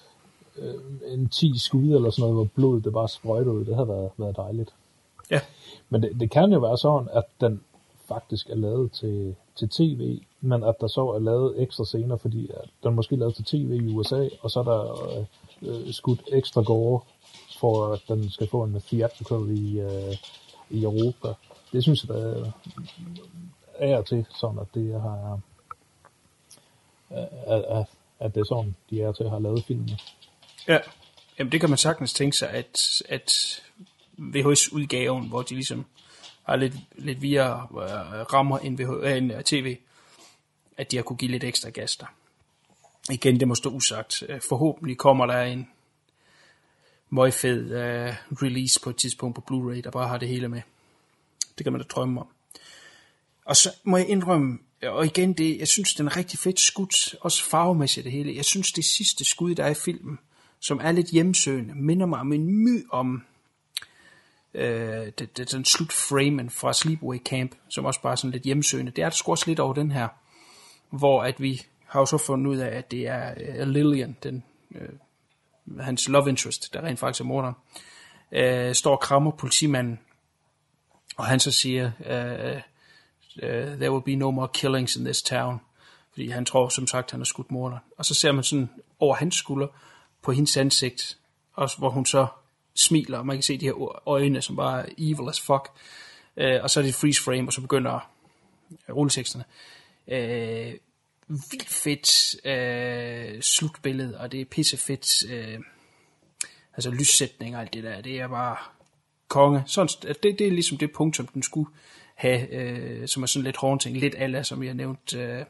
en ti skud eller sådan noget, hvor blodet det bare sprøjter ud, det havde været, været dejligt. Ja. Men det, det kan jo være sådan, at den faktisk er lavet til, til tv, men at der så er lavet ekstra scener, fordi at den måske er lavet til tv i U S A, og så er der øh, skudt ekstra gore, for at den skal få en theatrical i, øh, i Europa. Det synes jeg, der er til sådan, at det har, at, at, at det er sådan, de er til at have lavet filmene. Ja, jamen det kan man sagtens tænke sig, at, at V H S-udgaven, hvor de ligesom har lidt, lidt via uh, rammer end, V H, end uh, tv, at de har kunne give lidt ekstra gas der. Igen, det må stå usagt. Uh, forhåbentlig kommer der en møgfed uh, release på et tidspunkt på Blu-ray, der bare har det hele med. Det kan man da drømme om. Og så må jeg indrømme, og igen, det, jeg synes, den er rigtig fedt skudt, også farvemæssigt det hele. Jeg synes, det sidste skud, der er i filmen, som er lidt hjemsøgende, minder mig om en my om øh, det, det, den slutframen fra Sleepaway Camp, som også bare er sådan lidt hjemsøgende. Det er der sgu også lidt over den her, hvor at vi har jo så fundet ud af, at det er øh, Lillian, den, øh, hans love interest, der rent faktisk er morderen, øh, står og krammer politimanden, og han så siger, øh, Uh, there will be no more killings in this town, fordi han tror som sagt han har skudt morderen. Og så ser man sådan over hans skulder på hendes ansigt, også hvor hun så smiler, og man kan se de her øjne som bare er evil as fuck. Uh, og så er det freeze frame, og så begynder rulleteksterne. Uh, vildt fedt uh, slutbillede, og det er pisse fedt, uh, altså lyssætning og alt det der, det er bare konge. Sådan, det, det er ligesom det punkt, som den skulle have, øh, som er sådan lidt haunting, lidt ala, som jeg har nævnt, øh,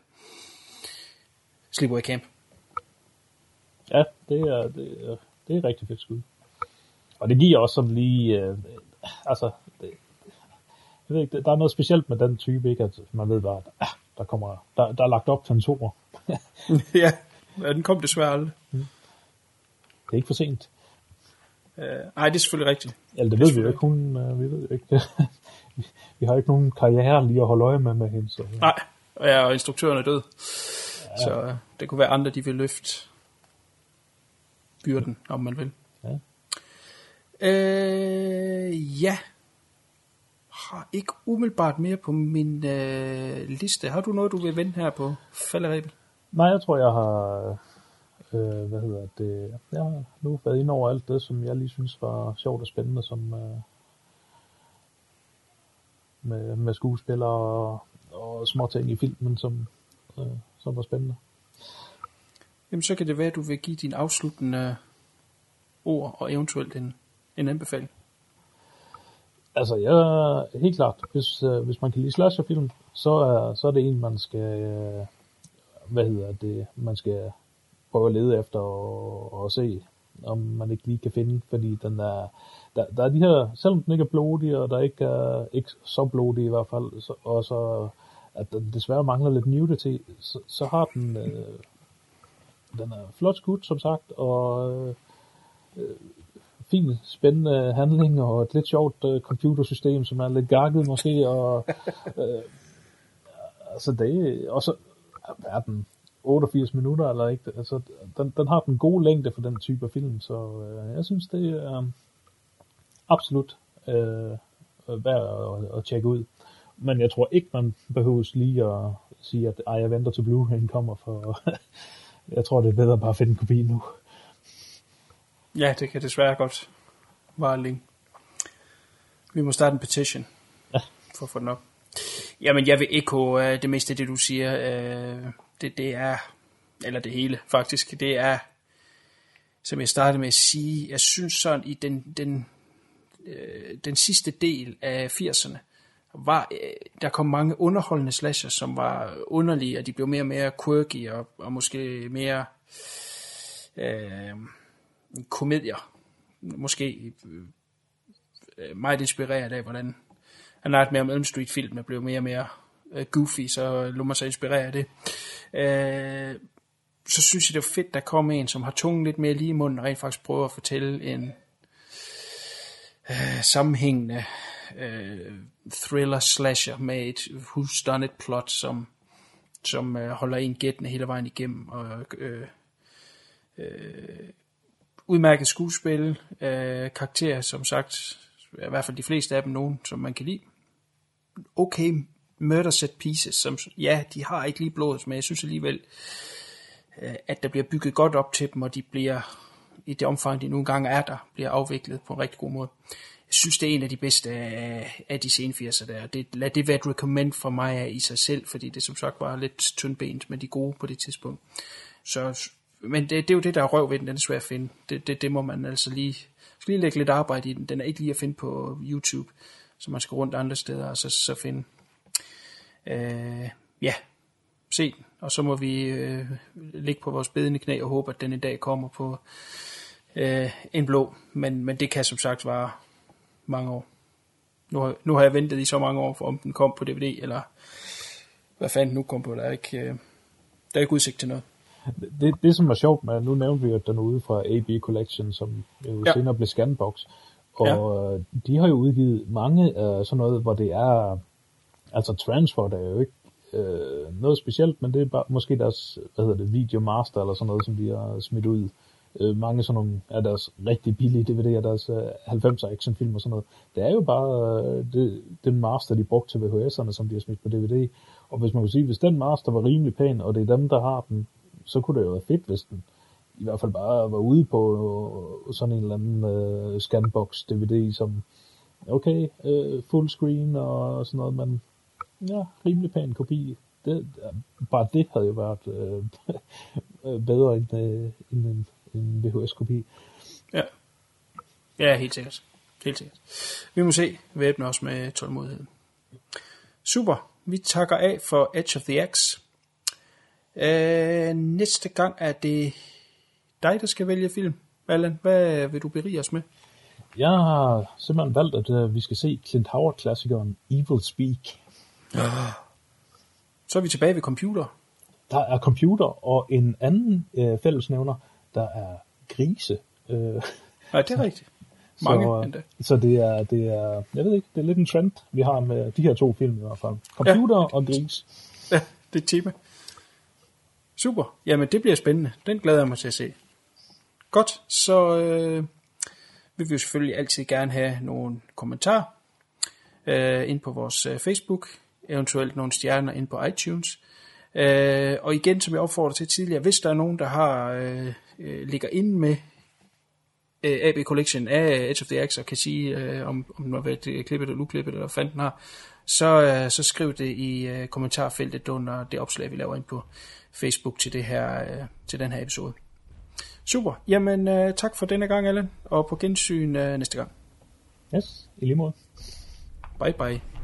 Sleepaway Camp. Ja, det er, det er, det er rigtig fedt skud. Og det giver også sådan lige, øh, altså, det, jeg ved ikke, der er noget specielt med den type, ikke, at man ved bare, at ah, der, kommer, der, der er lagt op til en toer. Ja, den kom desværre aldrig. Mm. Det er ikke for sent. Uh, nej, det er selvfølgelig rigtigt. Eller det, det ved vi jo ikke, hun, uh, vi ved ikke. Vi har ikke nogen karriere lige at holde øje med med hende. Så, ja. Nej, og, ja, og instruktøren er død. Ja. Så uh, det kunne være andre, de vil løfte byrden, om man vil. Ja. Uh, ja. Har ikke umiddelbart mere på min uh, liste. Har du noget, du vil vende her på falderebet? Nej, jeg tror, jeg har... Øh, hvad hedder det? Jeg har nu været inde over alt det, som jeg lige synes var sjovt og spændende, som øh, med, med skuespillere og, og små ting i filmen, som, øh, som var spændende. Jamen, så kan det være, at du vil give din afsluttende ord og eventuelt en, en anbefaling. Altså, ja, helt klart. Hvis, øh, hvis man kan lide slasherfilm, så er, så er det en, man skal, øh, hvad hedder det, man skal prøve at lede efter og, og se, om man ikke lige kan finde, fordi den er, der, der er de her, selvom den ikke er blodig, og der ikke er ikke så blodig i hvert fald, så, og så at den desværre mangler lidt nudity, så, så har den, øh, den er flot skudt, som sagt, og øh, fin, spændende handling, og et lidt sjovt øh, computersystem, som er lidt gakket måske, og øh, altså det er også verden otteogfirs minutter eller ikke, altså den, den har den gode længde for den type af film, så øh, jeg synes det er øh, absolut øh, værd at, at tjekke ud. Men jeg tror ikke man behøves lige at sige at ej, jeg venter til Blu-ray kommer, for jeg tror det er bedre bare at finde en kopi nu. Ja, det kan desværre godt være længe. Vi må starte en petition ja. for at få den op. Jamen jeg vil ekko uh, det meste af det du siger. uh, det, det er, eller det hele faktisk, det er, som jeg startede med at sige, jeg synes sådan i den, den, øh, den sidste del af firserne, var, øh, der kom mange underholdende slasher, som var underlige, og de blev mere og mere quirky, og, og måske mere øh, komedier. Måske øh, meget inspireret af, hvordan A Nightmare on Elm Street-filmene blev mere og mere øh, goofy, så lå mig så inspirere af det. Øh, så synes jeg, det var fedt, der kom en, som har tungen lidt mere lige i munden, og rent faktisk prøver at fortælle en øh, sammenhængende øh, thriller-slasher med et whodunit plot, som, som øh, holder en gættende hele vejen igennem, og øh, øh, udmærket skuespil, øh, karakterer, som sagt, i hvert fald de fleste af dem nogen, som man kan lide. Okay murder set pieces, som ja, de har ikke lige blodet, men jeg synes alligevel, at der bliver bygget godt op til dem, og de bliver i det omfang, de nogle gange er der, bliver afviklet på en rigtig god måde. Jeg synes, det er en af de bedste af, af de sene firserne der. Det, lad det være et recommend fra mig af i sig selv, fordi det som sagt var lidt tyndbent, men de gode på det tidspunkt. Så, men det, det er jo det, der er røv ved den, den er svær at finde. Det, det, det må man altså lige, skal lige lægge lidt arbejde i den. Den er ikke lige at finde på YouTube, så man skal rundt andre steder og så, så finde. Øh, ja, se den. Og så må vi øh, ligge på vores bedende knæ og håbe, at den en dag kommer på øh, en blå. Men, men det kan som sagt vare mange år. Nu har, nu har jeg ventet i så mange år, for om den kom på D V D, eller hvad fanden nu kom på. Der er ikke, øh, der er ikke udsigt til noget. Det, det som er sjovt med, nu nævnte vi, at den er ude fra A B Collection, som jo ja. senere blev Scanbox, og ja. de har jo udgivet mange af sådan noget, hvor det er, altså Transfer, der er jo ikke øh, noget specielt, men det er bare måske deres, hvad hedder det, Videomaster eller sådan noget, som de har smidt ud. Øh, mange sådan nogle af deres rigtig billige D V D'er, deres øh, halvfemser actionfilm og sådan noget. Det er jo bare øh, det, den master, de brugte til V H S'erne, som de har smidt på D V D. Og hvis man kan sige, hvis den master var rimelig pæn, og det er dem, der har den, så kunne det jo være fedt, hvis den i hvert fald bare var ude på sådan en eller anden øh, Scanbox D V D, som okay, øh, fullscreen og sådan noget, men ja, rimelig pæn kopi. Det, bare det havde jo været øh, bedre end, øh, end en, en V H S-kopi. Ja. Ja, helt sikkert. Helt sikkert. Vi må se, væbne os med tålmodighed. Super. Vi takker af for Edge of the X. Øh, næste gang er det dig, der skal vælge film. Allan, hvad vil du berige os med? Jeg har simpelthen valgt, at uh, vi skal se Clint Howard-klassikeren Evil Speak. Så er vi tilbage ved computer. Der er computer, og en anden uh, fællesnævner, der er grise. Uh, Nej, det er rigtigt. Mange så, endda. Så det er, det er, jeg ved ikke, det er lidt en trend, vi har med de her to film i hvert fald. Computer ja. og gris. Ja, det er et tema. Super. Jamen, det bliver spændende. Den glæder jeg mig til at se. Godt, så øh, vil vi jo selvfølgelig altid gerne have nogle kommentarer øh, ind på vores øh, Facebook, eventuelt nogle stjerner ind på iTunes. Øh, og igen, som jeg opfordrede til tidligere, hvis der er nogen, der har øh, øh, ligger inde med øh, A B Collection af Edge of the X og kan sige, øh, om, om den har været klippet eller uklippet, eller hvad fanden den har, så, øh, så skriv det i øh, kommentarfeltet under det opslag, vi laver ind på Facebook til, det her, øh, til den her episode. Super. Jamen, øh, tak for denne gang, Allan, og på gensyn øh, næste gang. Yes, i lige måde. Bye bye.